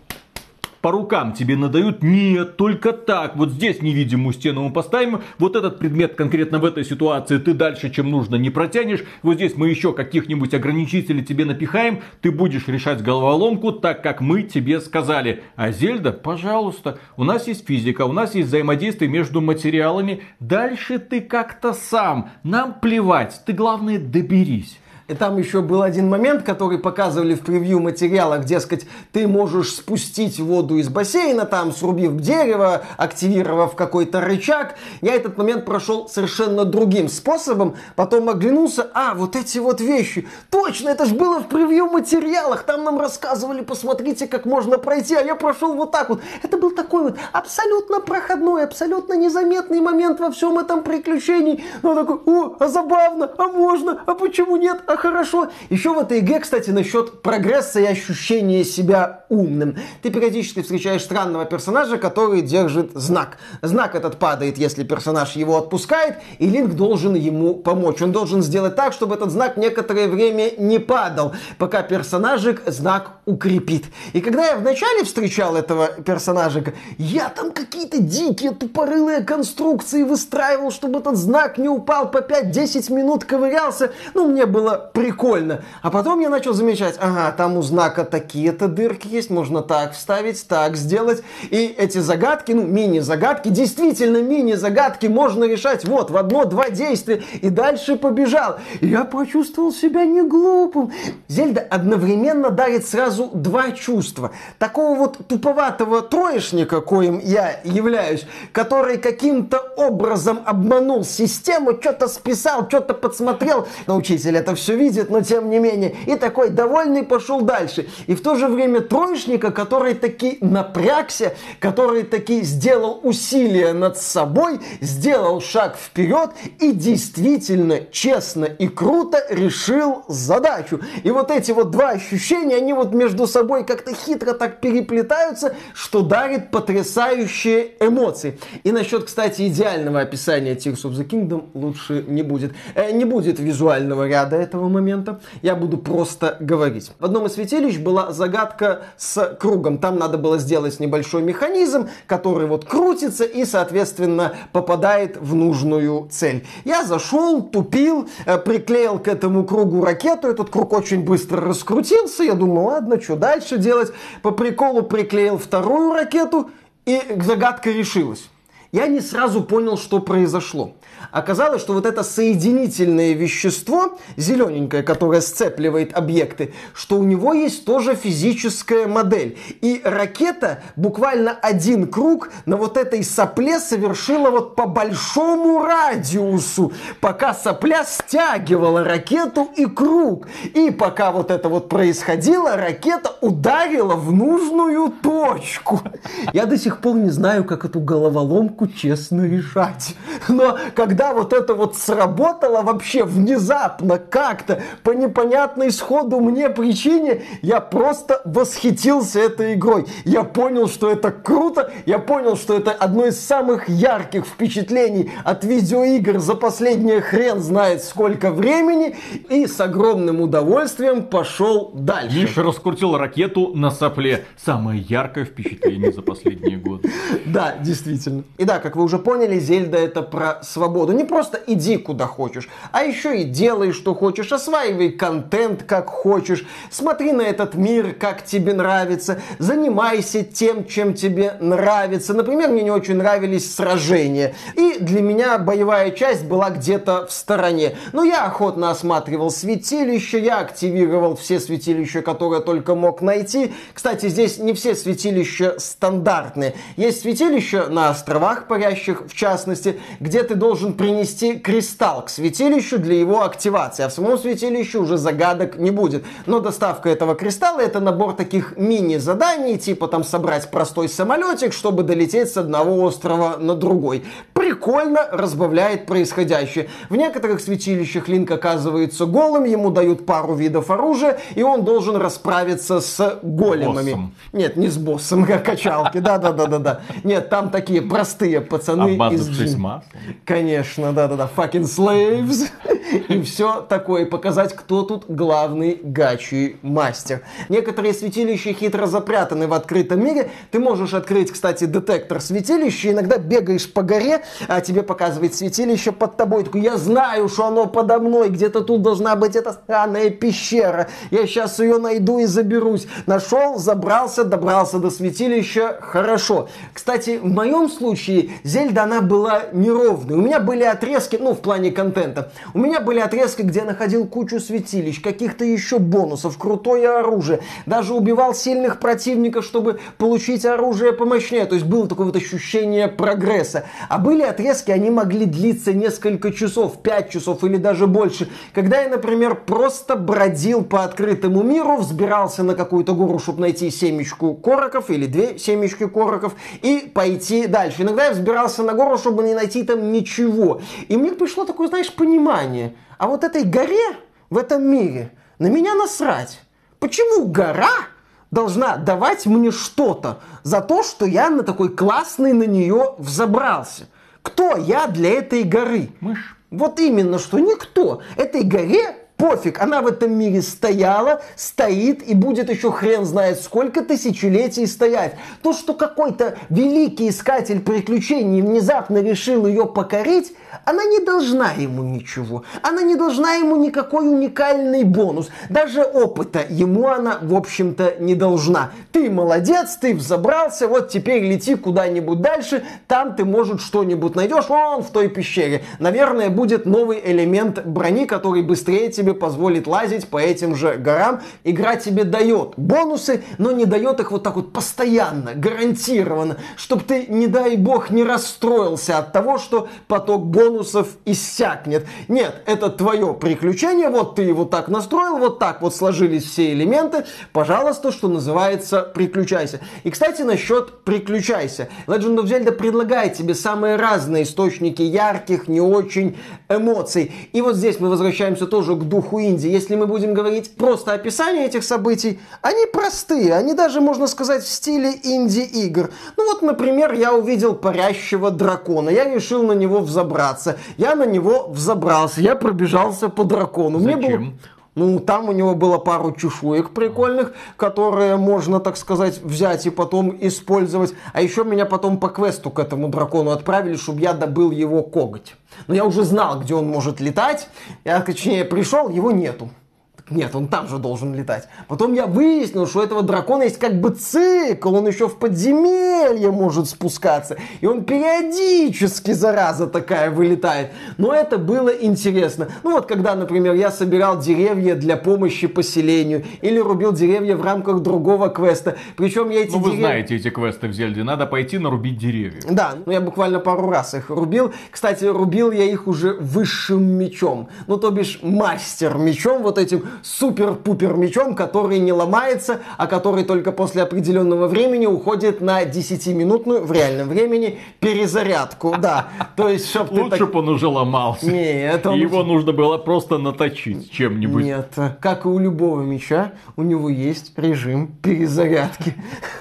по рукам тебе надают: нет, только так, вот здесь невидимую стену мы поставим, вот этот предмет конкретно в этой ситуации ты дальше, чем нужно, не протянешь, вот здесь мы еще каких-нибудь ограничителей тебе напихаем, ты будешь решать головоломку так, как мы тебе сказали. А Зельда, пожалуйста, у нас есть физика, у нас есть взаимодействие между материалами, дальше ты как-то сам, нам плевать, ты главное доберись. И там еще был один момент, который показывали в превью материалах, дескать, ты можешь спустить воду из бассейна, там, срубив дерево, активировав какой-то рычаг. Я этот момент прошел совершенно другим способом, потом оглянулся, а, вот эти вот вещи. Точно, это же было в превью материалах, там нам рассказывали, посмотрите, как можно пройти, а я прошел вот так вот. Это был такой вот абсолютно проходной, абсолютно незаметный момент во всем этом приключении. Но такой, о, а забавно, а можно, а почему нет? А хорошо. Еще в этой игре, кстати, насчет прогресса и ощущения себя умным. Ты периодически встречаешь странного персонажа, который держит знак. Знак этот падает, если персонаж его отпускает, и Линк должен ему помочь. Он должен сделать так, чтобы этот знак некоторое время не падал, пока персонажик знак укрепит. И когда я вначале встречал этого персонажика, я там какие-то дикие тупорылые конструкции выстраивал, чтобы этот знак не упал, по пять-десять минут ковырялся. Ну, мне было прикольно. А потом я начал замечать, ага, там у знака такие-то дырки есть, можно так вставить, так сделать. И эти загадки, ну, мини-загадки, действительно мини-загадки можно решать вот в одно-два действия. И дальше побежал. И я почувствовал себя не глупым. Зельда одновременно дарит сразу два чувства. Такого вот туповатого троечника, коим я являюсь, который каким-то образом обманул систему, что-то списал, что-то подсмотрел. Но учитель это все видит, но тем не менее. И такой довольный пошел дальше. И в то же время троечника, который таки напрягся, который таки сделал усилие над собой, сделал шаг вперед и действительно честно и круто решил задачу. И вот эти вот два ощущения, они вот между собой как-то хитро так переплетаются, что дарит потрясающие эмоции. И насчет, кстати, идеального описания Tears of the Kingdom лучше не будет. Э, не будет визуального ряда этого момента. Я буду просто говорить. В одном из святилищ была загадка с кругом. Там надо было сделать небольшой механизм, который вот крутится и, соответственно, попадает в нужную цель. Я зашел, тупил, э, приклеил к этому кругу ракету. Этот круг очень быстро раскрутился. Я думаю, ладно, что дальше делать? По приколу приклеил вторую ракету, и загадка решилась. Я не сразу понял, что произошло. Оказалось, что вот это соединительное вещество, зелененькое, которое сцепливает объекты, что у него есть тоже физическая модель. И ракета буквально один круг на вот этой сопле совершила вот по большому радиусу, пока сопля стягивала ракету и круг. И пока вот это вот происходило, ракета ударила в нужную точку. Я до сих пор не знаю, как эту головоломку честно решать. Но когда вот это вот сработало вообще внезапно, как-то, по непонятной сходу мне причине, я просто восхитился этой игрой. Я понял, что это круто, я понял, что это одно из самых ярких впечатлений от видеоигр за последнее хрен знает сколько времени, и с огромным удовольствием пошел дальше. Миша раскрутил ракету на сопле. Самое яркое впечатление за последние годы. Да, действительно. И да, как вы уже поняли, Зельда это про свободу. Не просто иди куда хочешь, а еще и делай, что хочешь, осваивай контент как хочешь, смотри на этот мир, как тебе нравится, занимайся тем, чем тебе нравится. Например, мне не очень нравились сражения, и для меня боевая часть была где-то в стороне. Но я охотно осматривал святилища, я активировал все святилища, которые только мог найти. Кстати, здесь не все святилища стандартные. Есть святилища на островах, свечах парящих в частности, где ты должен принести кристалл к святилищу для его активации. А в самом святилище уже загадок не будет. Но доставка этого кристалла — это набор таких мини-заданий, типа там собрать простой самолетик, чтобы долететь с одного острова на другой. Прикольно разбавляет происходящее. В некоторых святилищах Линк оказывается голым, ему дают пару видов оружия, и он должен расправиться с големами. Боссом. Нет, не с боссом, как качалки. Да-да-да-да-да. Нет, там такие простые пацаны из джин. маслом. Конечно, да-да-да. Fucking slaves. И все такое. Показать, кто тут главный гачи мастер. Некоторые святилища хитро запрятаны в открытом мире. Ты можешь открыть, кстати, детектор святилища. Иногда бегаешь по горе, а тебе показывает святилище под тобой. Такой, я знаю, что оно подо мной. Где-то тут должна быть эта странная пещера. Я сейчас ее найду и заберусь. Нашел, забрался, добрался до святилища. Хорошо. Кстати, в моем случае Зельда, она была неровной. У меня были отрезки, ну, в плане контента. У меня были отрезки, где я находил кучу святилищ, каких-то еще бонусов, крутое оружие. Даже убивал сильных противников, чтобы получить оружие помощнее. То есть было такое вот ощущение прогресса. А были отрезки, они могли длиться несколько часов, пять часов или даже больше. Когда я, например, просто бродил по открытому миру, взбирался на какую-то гору, чтобы найти семечку короков или две семечки короков и пойти дальше. Иногда я взбирался на гору, чтобы не найти там ничего. И мне пришло такое, знаешь, понимание. А вот этой горе в этом мире на меня насрать. Почему гора должна давать мне что-то за то, что я на такой классный на нее взобрался? Кто я для этой горы? Мышь. Вот именно, что никто. Этой горе пофиг, она в этом мире стояла, стоит и будет еще хрен знает сколько тысячелетий стоять. То, что какой-то великий искатель приключений внезапно решил ее покорить, она не должна ему ничего. Она не должна ему никакой уникальный бонус. Даже опыта ему она, в общем-то, не должна. Ты молодец, ты взобрался, вот теперь лети куда-нибудь дальше, там ты, может, что-нибудь найдешь, вон в той пещере. Наверное, будет новый элемент брони, который быстрее тебе позволит лазить по этим же горам. Игра тебе дает бонусы, но не дает их вот так вот постоянно, гарантированно, чтобы ты, не дай бог, не расстроился от того, что поток бонусов иссякнет. Нет, это твое приключение, вот ты его так настроил, вот так вот сложились все элементы, пожалуйста, что называется, приключайся. И, кстати, насчет приключайся. Legend of Zelda предлагает тебе самые разные источники ярких, не очень эмоций. И вот здесь мы возвращаемся тоже к духу инди. Если мы будем говорить просто описание этих событий, они простые, они даже, можно сказать, в стиле инди-игр. Ну вот, например, я увидел парящего дракона, я решил на него взобраться, я на него взобрался, я пробежался по дракону. Зачем? Мне было... Ну, там у него было пару чешуек прикольных, которые можно, так сказать, взять и потом использовать. А еще меня потом по квесту к этому дракону отправили, чтобы я добыл его коготь. Но я уже знал, где он может летать. Я, точнее, пришел, его нету. Нет, он там же должен летать. Потом я выяснил, что у этого дракона есть как бы цикл, он еще в подземелье может спускаться. И он периодически, зараза такая, вылетает. Но это было интересно. Ну вот, когда, например, я собирал деревья для помощи поселению, или рубил деревья в рамках другого квеста. Причем я эти Ну, вы деревья... знаете эти квесты в Зельде, надо пойти нарубить деревья. Да, ну я буквально пару раз их рубил. Кстати, рубил я их уже высшим мечом. Ну, то бишь, мастер мечом, вот этим супер-пупер мечом, который не ломается, а который только после определенного времени уходит на десятиминутную, в реальном времени, перезарядку. Да, то есть, чтоб ты Лучше так... бы он уже ломался. Нет, он... Его нужно было просто наточить чем-нибудь. Нет, как и у любого меча, у него есть режим перезарядки.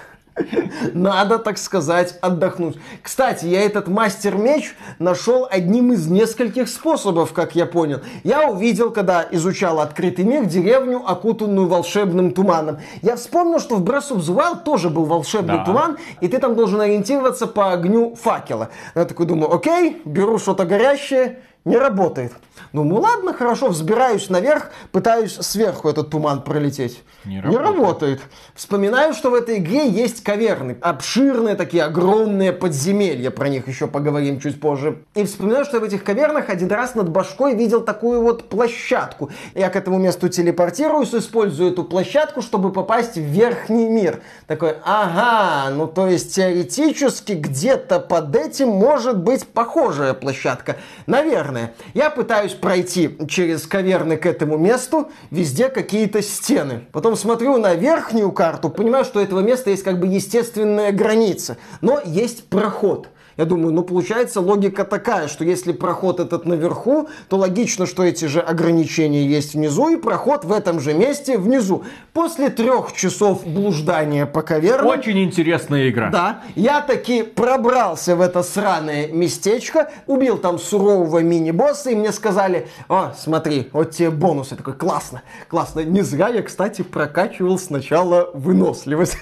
Надо, так сказать, отдохнуть. Кстати, я этот мастер-меч нашел одним из нескольких способов, как я понял. Я увидел, когда изучал открытый мир, деревню, окутанную волшебным туманом. Я вспомнил, что в Breath of the Wild тоже был волшебный Да. туман, и ты там должен ориентироваться по огню факела. Я такой думаю, окей, беру что-то горящее не работает. Думаю, ладно, хорошо, взбираюсь наверх, пытаюсь сверху этот туман пролететь. Не Не работает. работает. Вспоминаю, что в этой игре есть каверны. Обширные такие огромные подземелья. Про них еще поговорим чуть позже. И вспоминаю, что я в этих кавернах один раз над башкой видел такую вот площадку. Я к этому месту телепортируюсь, использую эту площадку, чтобы попасть в верхний мир. Такой, ага, ну то есть теоретически где-то под этим может быть похожая площадка. Наверное. Я пытаюсь пройти через каверны к этому месту. Везде какие-то стены. Потом смотрю на верхнюю карту, понимаю, что у этого места есть как бы естественная граница. Но есть проход. Я думаю, ну получается логика такая, что если проход этот наверху, то логично, что эти же ограничения есть внизу, и проход в этом же месте внизу. После трех часов блуждания по кавернам... Очень интересная игра. Да, я таки пробрался в это сраное местечко, убил там сурового мини-босса, и мне сказали, о, смотри, вот тебе бонус. Я такой, классно, классно. Не зря я, кстати, прокачивал сначала выносливость.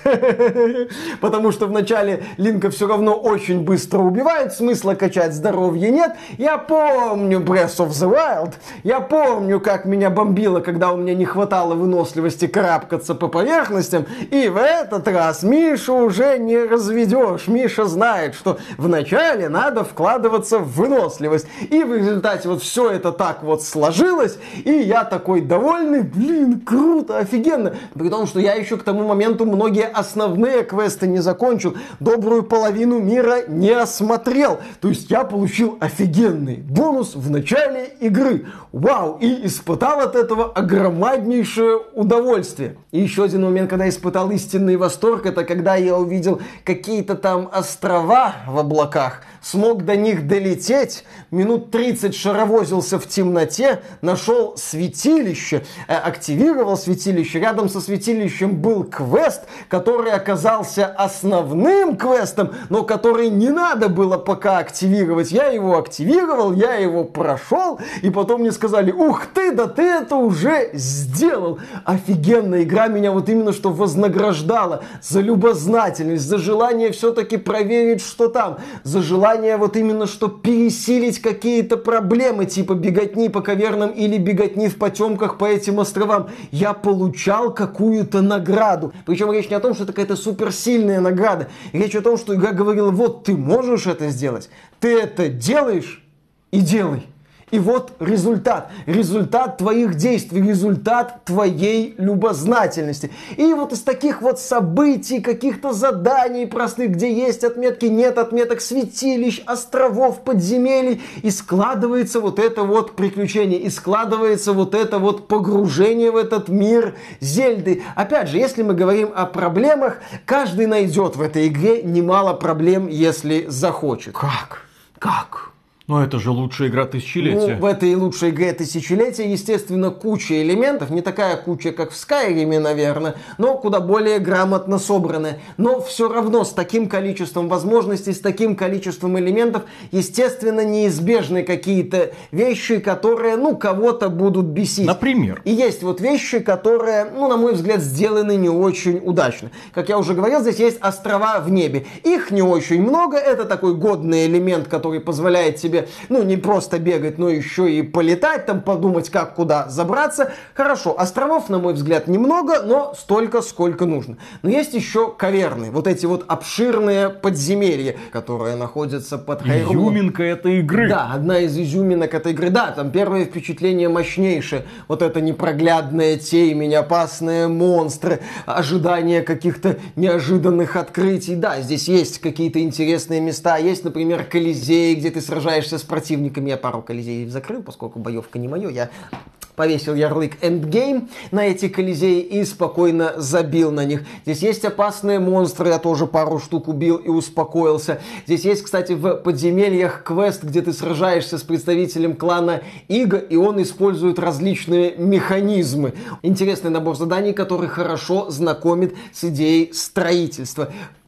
Потому что вначале Линка все равно очень быстро убивает, смысла качать здоровье нет. Я помню Breath of the Wild, я помню, как меня бомбило, когда у меня не хватало выносливости карабкаться по поверхностям, и в этот раз Мишу уже не разведешь. Миша знает, что вначале надо вкладываться в выносливость. И в результате вот все это так вот сложилось, и я такой довольный, блин, круто, офигенно. При том, что я еще к тому моменту многие основные квесты не закончил, добрую половину мира не осмотрел. То есть я получил офигенный бонус в начале игры. Вау! И испытал от этого огромнейшее удовольствие. И еще один момент, когда я испытал истинный восторг, это когда я увидел какие-то там острова в облаках, смог до них долететь, минут тридцать шаровозился в темноте, нашел святилище, активировал святилище. Рядом со святилищем был квест, который оказался основным квестом, но который не надо было пока активировать. Я его активировал, я его прошел, и потом мне сказали, ух ты, да ты это уже сделал. Офигенная игра меня вот именно что вознаграждала за любознательность, за желание все-таки проверить, что там, за желание вот именно что пересилить какие-то проблемы, типа беготни по кавернам или беготни в потемках по этим островам. Я получал какую-то награду. Причем речь не о том, что это какая-то суперсильная награда. Речь о том, что игра говорила, вот ты можешь это сделать, ты это делаешь и делай. И вот результат. Результат твоих действий, результат твоей любознательности. И вот из таких вот событий, каких-то заданий простых, где есть отметки, нет отметок, святилищ, островов, подземелий, и складывается вот это вот приключение, и складывается вот это вот погружение в этот мир Зельды. Опять же, если мы говорим о проблемах, каждый найдет в этой игре немало проблем, если захочет. Как? Как? Ну это же лучшая игра тысячелетия. Ну, в этой лучшей игре тысячелетия, естественно, куча элементов. Не такая куча, как в Скайриме, наверное, но куда более грамотно собранная. Но все равно с таким количеством возможностей, с таким количеством элементов, естественно, неизбежны какие-то вещи, которые, ну, кого-то будут бесить. Например? И есть вот вещи, которые, ну, на мой взгляд, сделаны не очень удачно. Как я уже говорил, здесь есть острова в небе. Их не очень много. Это такой годный элемент, который позволяет тебе, ну, не просто бегать, но еще и полетать, там подумать, как куда забраться. Хорошо, островов, на мой взгляд, немного, но столько, сколько нужно. Но есть еще каверны, вот эти вот обширные подземелья, которые находятся под Хайрулом. Изюминка этой игры. Да, одна из изюминок этой игры. Да, там первое впечатление мощнейшее. Вот это непроглядная темень, опасные монстры, ожидание каких-то неожиданных открытий. Да, здесь есть какие-то интересные места. Есть, например, Колизей, где ты сражаешься с противниками. Я пару Колизеев закрыл, поскольку боевка не мое. Я повесил ярлык Endgame на эти Колизеи и спокойно забил на них. Здесь есть опасные монстры, я тоже пару штук убил и успокоился. Здесь есть, кстати, в подземельях квест, где ты сражаешься с представителем клана Ига, и он использует различные механизмы. Интересный набор заданий, который хорошо знакомит с идеей строительства.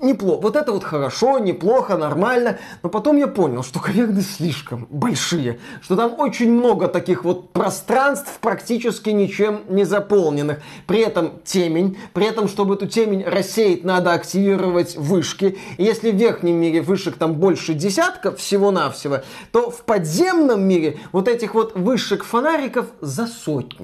неплохо. Вот это вот хорошо, неплохо, нормально. Но потом я понял, что каверны слишком большие. Что там очень много таких вот пространств, практически ничем не заполненных. При этом темень. При этом, чтобы эту темень рассеять, надо активировать вышки. И если в верхнем мире вышек там больше десятка всего-навсего, то в подземном мире вот этих вот вышек фонариков за сотню.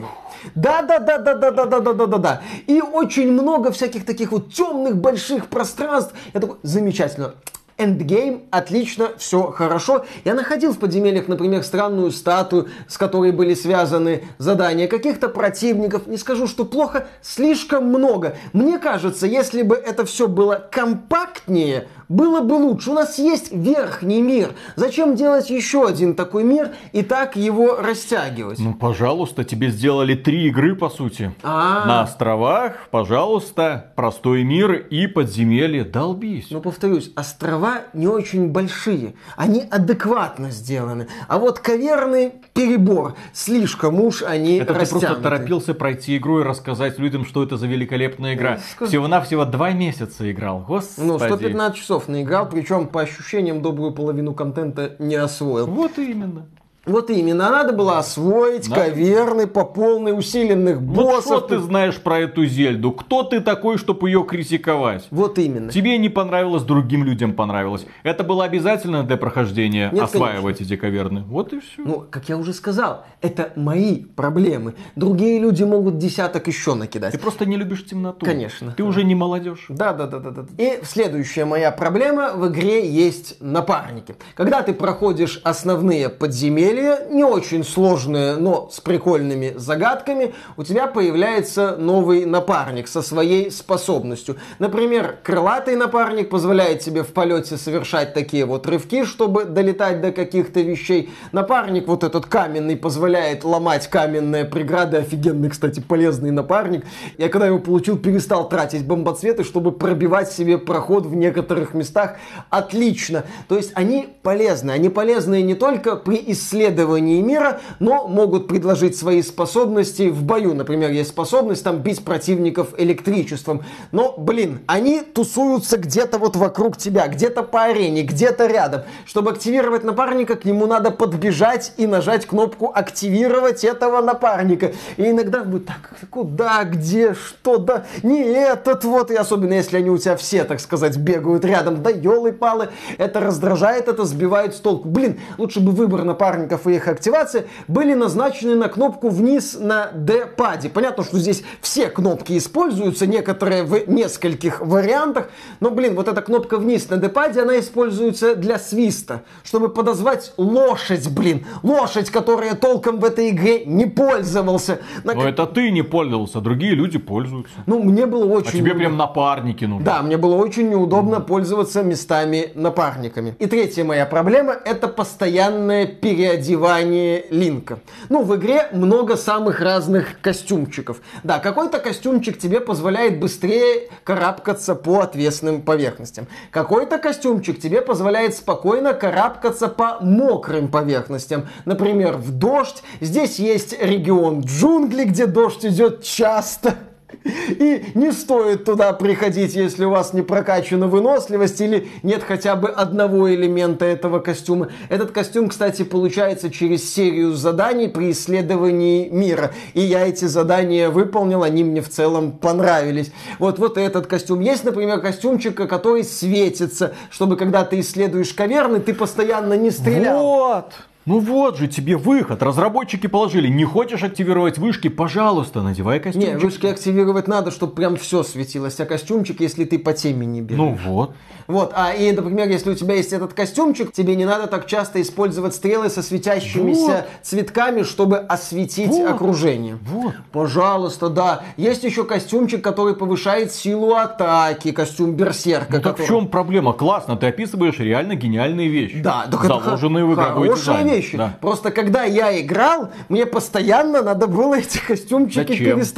Да-да-да-да-да-да-да-да-да-да. И очень много всяких таких вот темных больших пространств. Я такой, замечательно. Эндгейм, отлично, все хорошо. Я находил в подземельях, например, странную статую, с которой были связаны задания каких-то противников. Не скажу, что плохо, слишком много. Мне кажется, если бы это все было компактнее, было бы лучше. У нас есть верхний мир. Зачем делать еще один такой мир и так его растягивать? Ну, пожалуйста, тебе сделали три игры, по сути. А-а-а. На островах, пожалуйста, простой мир и подземелье. Долбись. Но, повторюсь, острова не очень большие. Они адекватно сделаны. А вот каверны перебор. Слишком уж они это растянуты. Ты просто торопился пройти игру и рассказать людям, что это за великолепная игра. Всего-навсего два месяца играл. Господи. Ну, сто пятнадцать часов наиграл, причем по ощущениям добрую половину контента не освоил. Вот именно. Вот именно, надо было освоить надо. Каверны по полной, усиленных боссов. Вот что ты знаешь про эту Зельду? Кто ты такой, чтобы ее критиковать? Вот именно. Тебе не понравилось, другим людям понравилось. Это было обязательно для прохождения Нет, осваивать конечно. Эти каверны. Вот и все. Ну, как я уже сказал, это мои проблемы. Другие люди могут десяток еще накидать. Ты просто не любишь темноту. Конечно. Ты уже не молодежь. Да, да, да, да, да. И следующая моя проблема: в игре есть напарники. Когда ты проходишь основные подземелья, не очень сложные, но с прикольными загадками, у тебя появляется новый напарник со своей способностью. Например, крылатый напарник позволяет тебе в полете совершать такие вот рывки, чтобы долетать до каких-то вещей. Напарник вот этот каменный позволяет ломать каменные преграды. Офигенный, кстати, полезный напарник. Я когда его получил, перестал тратить бомбоцветы, чтобы пробивать себе проход в некоторых местах. Отлично. То есть они полезны. Они полезны не только при исследовании мира, но могут предложить свои способности в бою. Например, есть способность там бить противников электричеством. Но, блин, они тусуются где-то вот вокруг тебя, где-то по арене, где-то рядом. Чтобы активировать напарника, к нему надо подбежать и нажать кнопку «Активировать этого напарника». И иногда будет так, куда, где, что, да, не этот вот. И особенно, если они у тебя все, так сказать, бегают рядом. Да елы-палы, это раздражает, это сбивает с толку. Блин, лучше бы выбор напарников и их активация были назначены на кнопку вниз на D-паде. Понятно, что здесь все кнопки используются, некоторые в нескольких вариантах, но, блин, вот эта кнопка вниз на D-паде, она используется для свиста, чтобы подозвать лошадь, блин, лошадь, которая толком в этой игре не пользовался. Но на... это ты не пользовался, другие люди пользуются. Ну, мне было очень... А тебе прям напарники нужны. Да, мне было очень неудобно mm. пользоваться местами напарниками. И третья моя проблема — это постоянное переодевание Линка. Ну, в игре много самых разных костюмчиков. Да, какой-то костюмчик тебе позволяет быстрее карабкаться по отвесным поверхностям. Какой-то костюмчик тебе позволяет спокойно карабкаться по мокрым поверхностям. Например, в дождь. Здесь есть регион джунглей, где дождь идет часто. И не стоит туда приходить, если у вас не прокачана выносливость или нет хотя бы одного элемента этого костюма. Этот костюм, кстати, получается через серию заданий при исследовании мира. И я эти задания выполнил, они мне в целом понравились. Вот, вот этот костюм. Есть, например, костюмчик, который светится, чтобы когда ты исследуешь каверны, ты постоянно не стрелял. Вот! Ну вот же тебе выход. Разработчики положили. Не хочешь активировать вышки? Пожалуйста, надевай костюмчик. Не, вышки активировать надо, чтобы прям все светилось. А костюмчик, если ты по теме не бегаешь. Ну вот. Вот, а и, например, если у тебя есть этот костюмчик, тебе не надо так часто использовать стрелы со светящимися вот. цветками, чтобы осветить вот. окружение. Вот. Пожалуйста, да. Есть еще костюмчик, который повышает силу атаки, костюм берсерка. Ну так который... в чем проблема? Классно, ты описываешь реально гениальные вещи. Да, заложенные в игровой дизайн. Вещи. Да. Просто когда я играл, мне постоянно надо было эти костюмчики переставлять.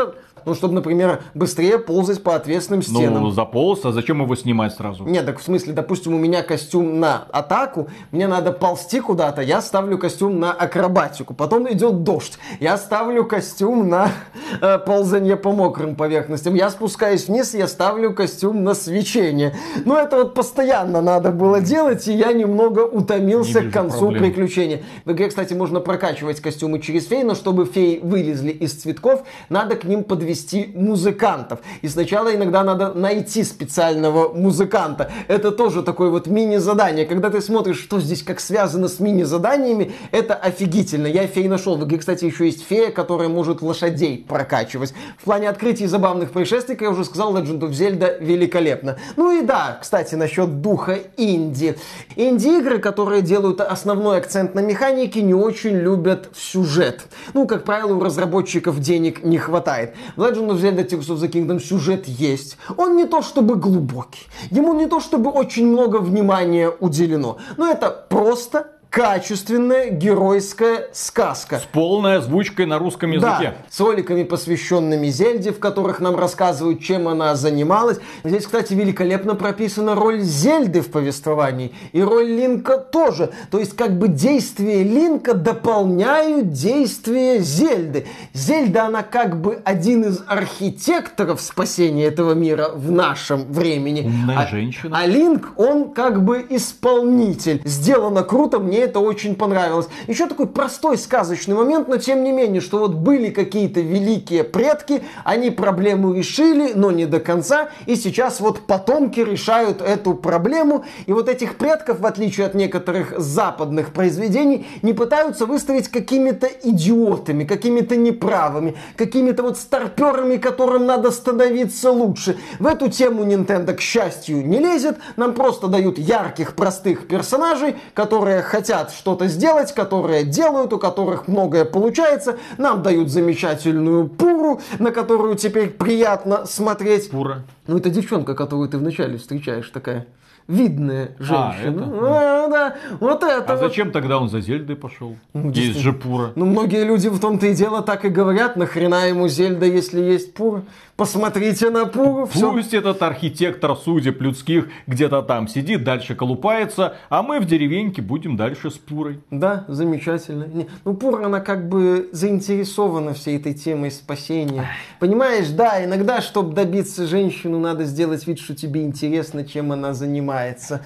Ну, чтобы, например, быстрее ползать по ответственным стенам. Ну, заполз, а зачем его снимать сразу? Нет, так в смысле, допустим, у меня костюм на атаку, мне надо ползти куда-то, я ставлю костюм на акробатику. Потом идет дождь, я ставлю костюм на э, ползание по мокрым поверхностям. Я спускаюсь вниз, я ставлю костюм на свечение. Ну, это вот постоянно надо было делать, и я немного утомился к концу проблем. Приключения. В игре, кстати, можно прокачивать костюмы через фей, но чтобы феи вылезли из цветков, надо к ним подвести музыкантов. И сначала иногда надо найти специального музыканта. Это тоже такое вот мини-задание. Когда ты смотришь, что здесь как связано с мини-заданиями, это офигительно. Я фей нашел. В игре, кстати, еще есть фея, которая может лошадей прокачивать. В плане открытий и забавных происшествий, как я уже сказал, Legend of Zelda великолепно. Ну и да, кстати, насчет духа инди. Инди-игры, которые делают основной акцент на механике, не очень любят сюжет. Ну, как правило, у разработчиков денег не хватает. В Legend of Zelda Tears of the Kingdom сюжет есть. Он не то чтобы глубокий. Ему не то чтобы очень много внимания уделено. Но это просто качественная геройская сказка. С полной озвучкой на русском языке. Да, с роликами, посвященными Зельде, в которых нам рассказывают, чем она занималась. Здесь, кстати, великолепно прописана роль Зельды в повествовании. И роль Линка тоже. То есть, как бы действия Линка дополняют действия Зельды. Зельда, она как бы один из архитекторов спасения этого мира в нашем времени. Умная а, женщина. А Линк, он как бы исполнитель. Сделано круто, мне это очень понравилось. Еще такой простой сказочный момент, но тем не менее, что вот были какие-то великие предки, они проблему решили, но не до конца, и сейчас вот потомки решают эту проблему, и вот этих предков, в отличие от некоторых западных произведений, не пытаются выставить какими-то идиотами, какими-то неправыми, какими-то вот старперами, которым надо становиться лучше. В эту тему Nintendo, к счастью, не лезет, нам просто дают ярких, простых персонажей, которые хотят что-то сделать, которые делают, у которых многое получается. Нам дают замечательную Пуру, на которую теперь приятно смотреть. Пура. Ну, это девчонка, которую ты вначале встречаешь, такая видная женщина. А, а, да, вот это. А вот. зачем тогда он за Зельдой пошел? Ну, есть же Пура. Ну, многие люди в том-то и дело так и говорят, нахрена ему Зельда, если есть Пура. Посмотрите на Пуру. Пусть все. этот архитектор судеб людских где-то там сидит, дальше колупается, а мы в деревеньке будем дальше с Пурой. Да, замечательно. Не, ну, Пура, она как бы заинтересована всей этой темой спасения. Понимаешь, да, иногда, чтобы добиться женщину, надо сделать вид, что тебе интересно, чем она занимается.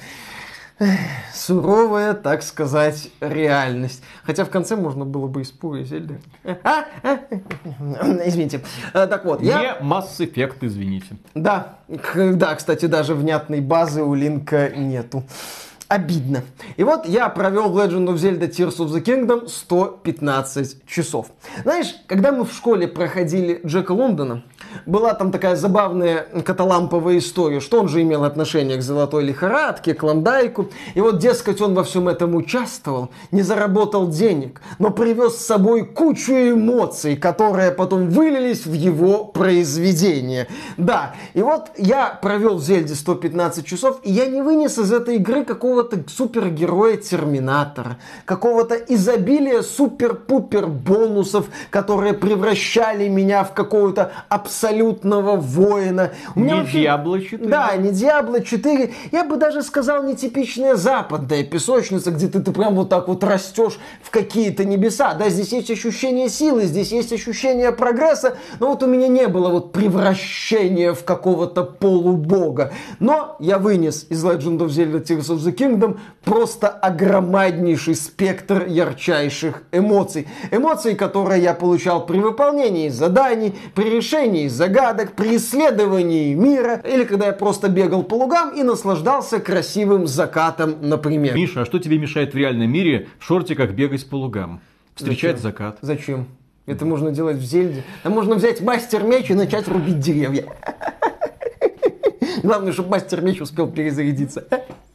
Суровая, так сказать, реальность. Хотя в конце можно было бы из Пуры и Зельды. А, а, извините. Так вот, я... Не Mass Effect, извините. Да, да, кстати, даже внятной базы у Линка нету. Обидно. И вот я провел в Legend of Zelda Tears of the Kingdom сто пятнадцать часов. Знаешь, когда мы в школе проходили Джека Лондона, была там такая забавная каталамповая история, что он же имел отношение к золотой лихорадке, к Клондайку. И вот, дескать, он во всем этом участвовал, не заработал денег, но привез с собой кучу эмоций, которые потом вылились в его произведение. Да, и вот я провел в Зельде сто пятнадцать часов, и я не вынес из этой игры какого-то супергероя Терминатора, какого-то изобилия супер-пупер бонусов, которые превращали меня в какого-то абсолютного воина. У меня не вообще... Диабло четыре. Да, не Диабло четыре. Я бы даже сказал, не типичная западная песочница, где ты, ты прям вот так вот растешь в какие-то небеса. Да, здесь есть ощущение силы, здесь есть ощущение прогресса, но вот у меня не было вот превращения в какого-то полубога. Но я вынес из Legend of Zelda Tears of the Kingdom просто огромнейший спектр ярчайших эмоций. Эмоций, которые я получал при выполнении заданий, при решении загадок, при исследовании мира, или когда я просто бегал по лугам и наслаждался красивым закатом, например. Миша, а что тебе мешает в реальном мире в шортиках бегать по лугам? Встречать Зачем? закат. Зачем? Это можно делать в Зельде. Там можно взять мастер-меч и начать рубить деревья. Главное, чтобы мастер-меч успел перезарядиться.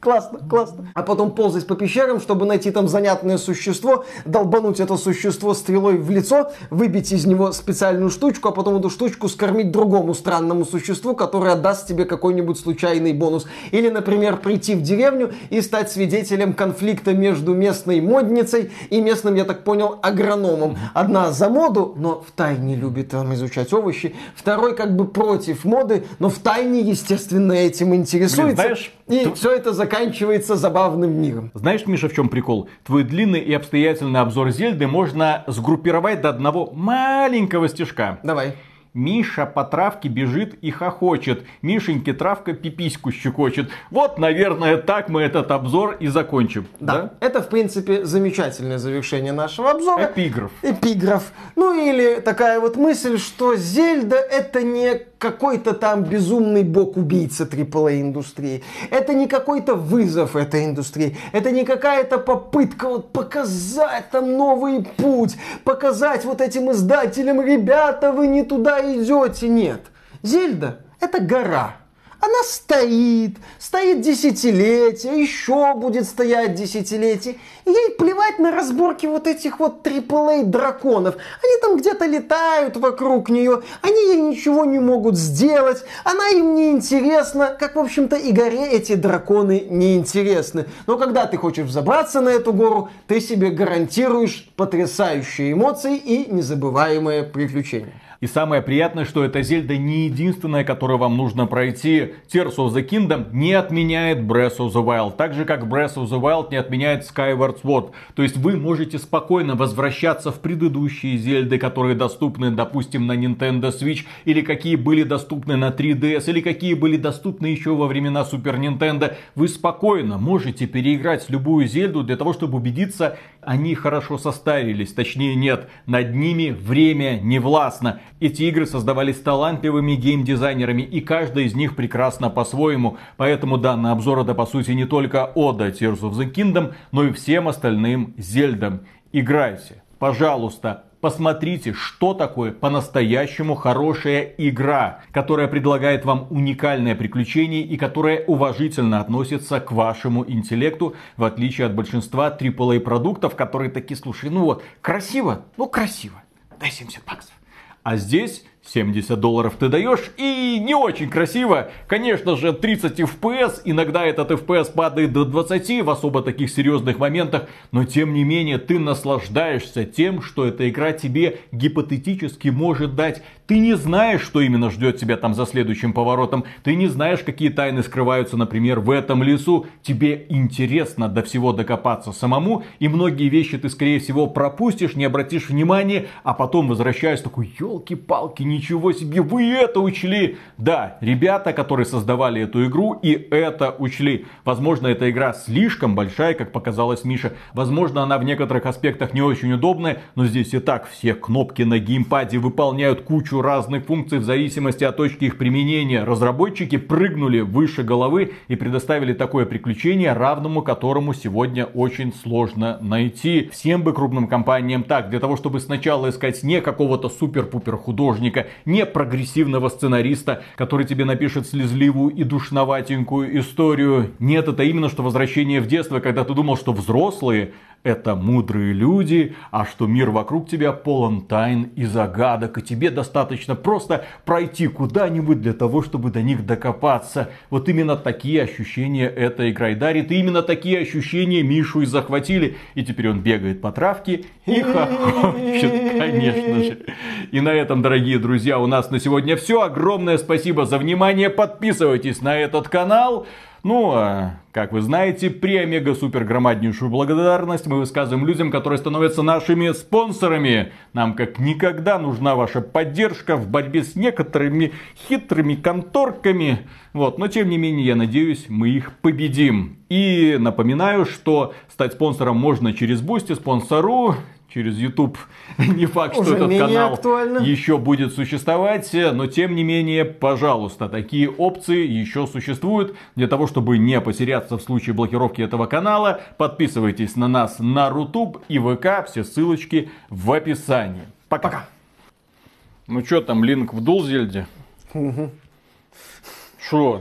Классно, классно. А потом ползать по пещерам, чтобы найти там занятное существо, долбануть это существо стрелой в лицо, выбить из него специальную штучку, а потом эту штучку скормить другому странному существу, которое даст тебе какой-нибудь случайный бонус. Или, например, прийти в деревню и стать свидетелем конфликта между местной модницей и местным, я так понял, агрономом. Одна за моду, но втайне любит там изучать овощи. Второй как бы против моды, но втайне, естественно, этим интересуется. Блин, знаешь, и ты... все это заканчивается забавным миром. Знаешь, Миша, в чем прикол? Твой длинный и обстоятельный обзор Зельды можно сгруппировать до одного маленького стишка. Давай. Миша по травке бежит и хохочет. Мишеньке травка пипиську щекочет. Вот, наверное, так мы этот обзор и закончим. Да, да? Это, в принципе, замечательное завершение нашего обзора. Эпиграф. Эпиграф. Ну или такая вот мысль, что Зельда это не какой-то там безумный бог-убийца трипл эй индустрии. Это не какой-то вызов этой индустрии. Это не какая-то попытка вот показать там новый путь. Показать вот этим издателям: ребята, вы не туда идете. Нет. Зельда это гора. Она стоит, стоит десятилетия, еще будет стоять десятилетия. И ей плевать на разборки вот этих вот трипл эй драконов. Они там где-то летают вокруг нее, они ей ничего не могут сделать, она им не интересна. Как, в общем-то, и горе эти драконы не интересны. Но когда ты хочешь взобраться на эту гору, ты себе гарантируешь потрясающие эмоции и незабываемое приключение. И самое приятное, что эта Зельда не единственная, которую вам нужно пройти. Tears of the Kingdom не отменяет Breath of the Wild. Так же, как Breath of the Wild не отменяет Skyward Sword. То есть вы можете спокойно возвращаться в предыдущие Зельды, которые доступны, допустим, на Nintendo Switch. Или какие были доступны на три ди эс. Или какие были доступны еще во времена Super Nintendo. Вы спокойно можете переиграть любую Зельду для того, чтобы убедиться, они хорошо состарились. Точнее, нет, над ними время не властно. Эти игры создавались талантливыми геймдизайнерами, и каждая из них прекрасна по-своему. Поэтому данный обзор это по сути не только ода Tears of the Kingdom, но и всем остальным Зельдам. Играйте, пожалуйста, посмотрите, что такое по-настоящему хорошая игра, которая предлагает вам уникальное приключение и которая уважительно относится к вашему интеллекту, в отличие от большинства трипл эй продуктов, которые такие: слушай, ну вот, красиво, ну красиво, дай семьдесят баксов. А здесь семьдесят долларов ты даешь, и не очень красиво. Конечно же, тридцать эф пи эс, иногда этот эф пи эс падает до двадцати в особо таких серьезных моментах, но тем не менее ты наслаждаешься тем, что эта игра тебе гипотетически может дать. Ты не знаешь, что именно ждет тебя там за следующим поворотом. Ты не знаешь, какие тайны скрываются, например, в этом лесу. Тебе интересно до всего докопаться самому, и многие вещи ты, скорее всего, пропустишь, не обратишь внимания, а потом возвращаясь такой: елки-палки, ничего себе, вы это учли. Да, ребята, которые создавали эту игру, и это учли. Возможно, эта игра слишком большая, как показалось Мише. Возможно, она в некоторых аспектах не очень удобная, но здесь и так все кнопки на геймпаде выполняют кучу разных функций в зависимости от точки их применения. Разработчики прыгнули выше головы и предоставили такое приключение, равному которому сегодня очень сложно найти. Всем бы крупным компаниям так, для того, чтобы сначала искать не какого-то супер-пупер художника, не прогрессивного сценариста, который тебе напишет слезливую и душноватенькую историю. Нет, это именно что возвращение в детство, когда ты думал, что взрослые это мудрые люди, а что мир вокруг тебя полон тайн и загадок, и тебе достаточно просто пройти куда-нибудь для того, чтобы до них докопаться. Вот именно такие ощущения эта игра и дарит, и именно такие ощущения Мишу и захватили. И теперь он бегает по травке и хохочет, конечно же. И на этом, дорогие друзья, у нас на сегодня все. Огромное спасибо за внимание. Подписывайтесь на этот канал. Ну, а, как вы знаете, при омега-супер громаднейшую благодарность мы высказываем людям, которые становятся нашими спонсорами. Нам как никогда нужна ваша поддержка в борьбе с некоторыми хитрыми конторками. Вот, но тем не менее, я надеюсь, мы их победим. И напоминаю, что стать спонсором можно через Boosty, спонсору, через YouTube. Не факт, что Уже этот канал актуально. еще будет существовать, но тем не менее, пожалуйста, такие опции еще существуют. Для того, чтобы не потеряться в случае блокировки этого канала, подписывайтесь на нас на Рутуб и ВК, все ссылочки в описании. Пока. Пока. Ну что там, Линк вдул Зельде? Угу. Шо?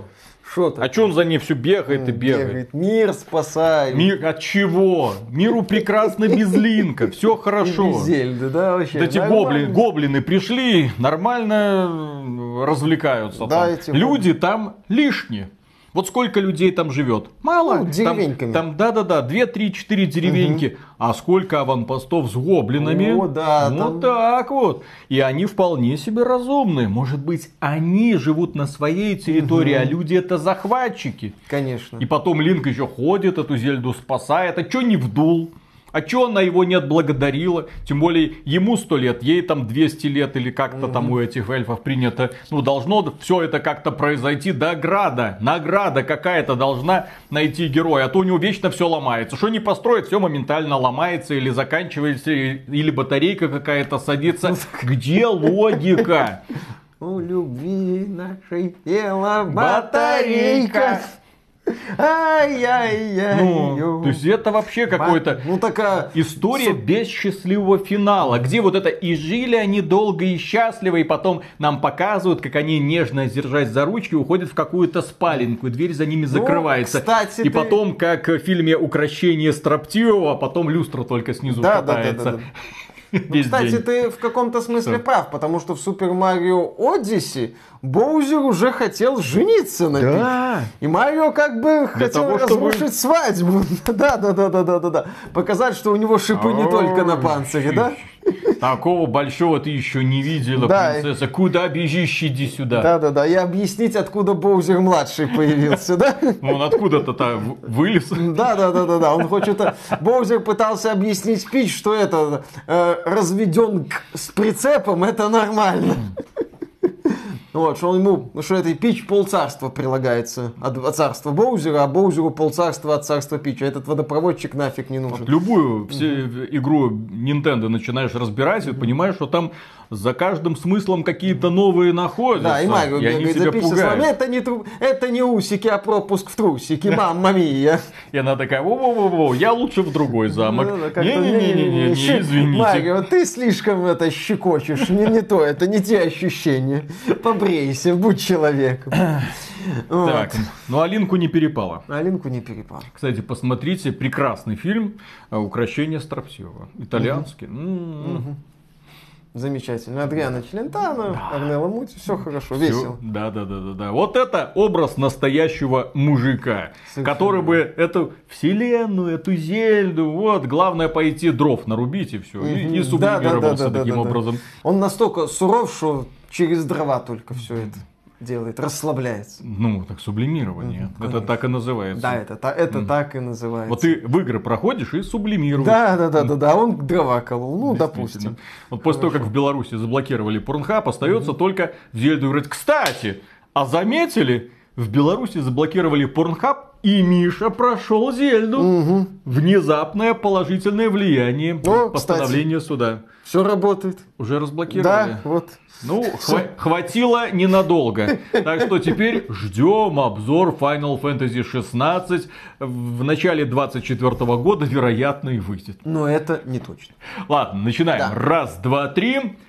Шо А че он за ней все бегает и бегает? Бегает. Мир спасает. Мир от чего? Миру прекрасно без Линка, все И хорошо. без Зельды, да, вообще. Да эти Нормально. гоблины, гоблины пришли, нормально развлекаются Да, там. эти Люди там лишние. Вот сколько людей там живет? Мало. Ну, деревеньками. Там, там, да-да-да, две, три, четыре деревеньки. А сколько аванпостов с гоблинами? О, да, Вот там- так вот. И они вполне себе разумные. Может быть, они живут на своей территории, а люди это захватчики. Конечно. И потом Линк еще ходит, эту Зельду спасает. А чё не вдул? А чё она его не отблагодарила? Тем более ему сто лет, ей там двести лет или как-то mm-hmm. там у этих эльфов принято. Ну, должно все это как-то произойти. Награда, награда какая-то должна найти героя. А то у него вечно все ломается. Что не построит, все моментально ломается или заканчивается, или батарейка какая-то садится. Где логика? У любви нашей тела батарейка. Ай-яй-яй. Ну, то есть это вообще какой-то Ну такая история без счастливого финала, где вот это и жили они долго и счастливо, и потом нам показывают, как они нежно, держась за ручки, уходят в какую-то спаленку, и дверь за ними закрывается. кстати, и ты- потом, как в фильме «Укрощение строптивого», а потом люстра только снизу Да, да, да, катается. да, да. Весь Кстати, день. ты в каком-то смысле Что? прав, потому что в Супер Марио Одиссе Боузер уже хотел жениться на Пич. Да. И Марио как бы хотел того, чтобы- разрушить свадьбу. Да, да, да, да, да, да, да. Показать, что у него шипы не только на панцире, да? Такого большого ты еще не видела, Да. принцесса. Куда бежишь, иди сюда. Да, да, да. И объяснить, откуда Боузер младший появился, да? Он откуда-то там вылез. Да, да, да, да, да. Он хочет. Боузер пытался объяснить Пич, что это э, разведен к- с прицепом, это нормально. Вот, что он ему, что этой Пич полцарства прилагается от, от царства Боузера, а Боузеру полцарства от царства Пича. Этот водопроводчик нафиг не нужен. Любую все, игру Nintendo начинаешь разбирать, и понимаешь, что там за каждым смыслом какие-то новые находятся. Да, и Марио и они бегает тебя за Пич со словами, пугают. это не, тру- это не усики, а пропуск в трусики, мамма мия. И она такая, во-во-во-во, я лучше в другой замок. Ну, да, как-то Не-не-не-не, щи- извините. Марио, ты слишком это щекочешь. Не, не то, это не те ощущения. Побрейся, будь человеком. Вот. Так, ну а Линку не перепало. Алинку не перепал. Кстати, посмотрите, прекрасный фильм «Укрощение строптивого». Итальянский. М-м. Замечательно. Адриана Челентано, Арнелла Мути, все хорошо, Всё. весело. Да, да, да, да, да. Вот это образ настоящего мужика, Совершенно. который бы эту вселенную, эту Зельду, вот, главное пойти дров нарубить и все. И, и Мгм. сублимировался Да, да, да, да, таким да, да. образом. Он настолько суров, что через дрова только все это делает, расслабляется. Ну, так сублимирование. Мгм, Это конечно. так и называется. Да, это, та- это так и называется. Вот ты в игры проходишь и сублимируешь. Да, да, да, да, да, он дрова колол, ну, Действительно. допустим. Вот после того, как в Беларуси заблокировали Порнхаб, остается только в Зельду играть. Кстати, а заметили, в Беларуси заблокировали Порнхаб, и Миша прошел Зельду. Внезапное положительное влияние О, постановления суда. Все работает. Уже разблокировали. Да, вот. Ну, хва- хватило ненадолго. Так что теперь ждем обзор Final Fantasy шестнадцать. В начале двадцать четвёртого года, вероятно, и выйдет. Но это не точно. Ладно, начинаем. Да. Раз, два, три.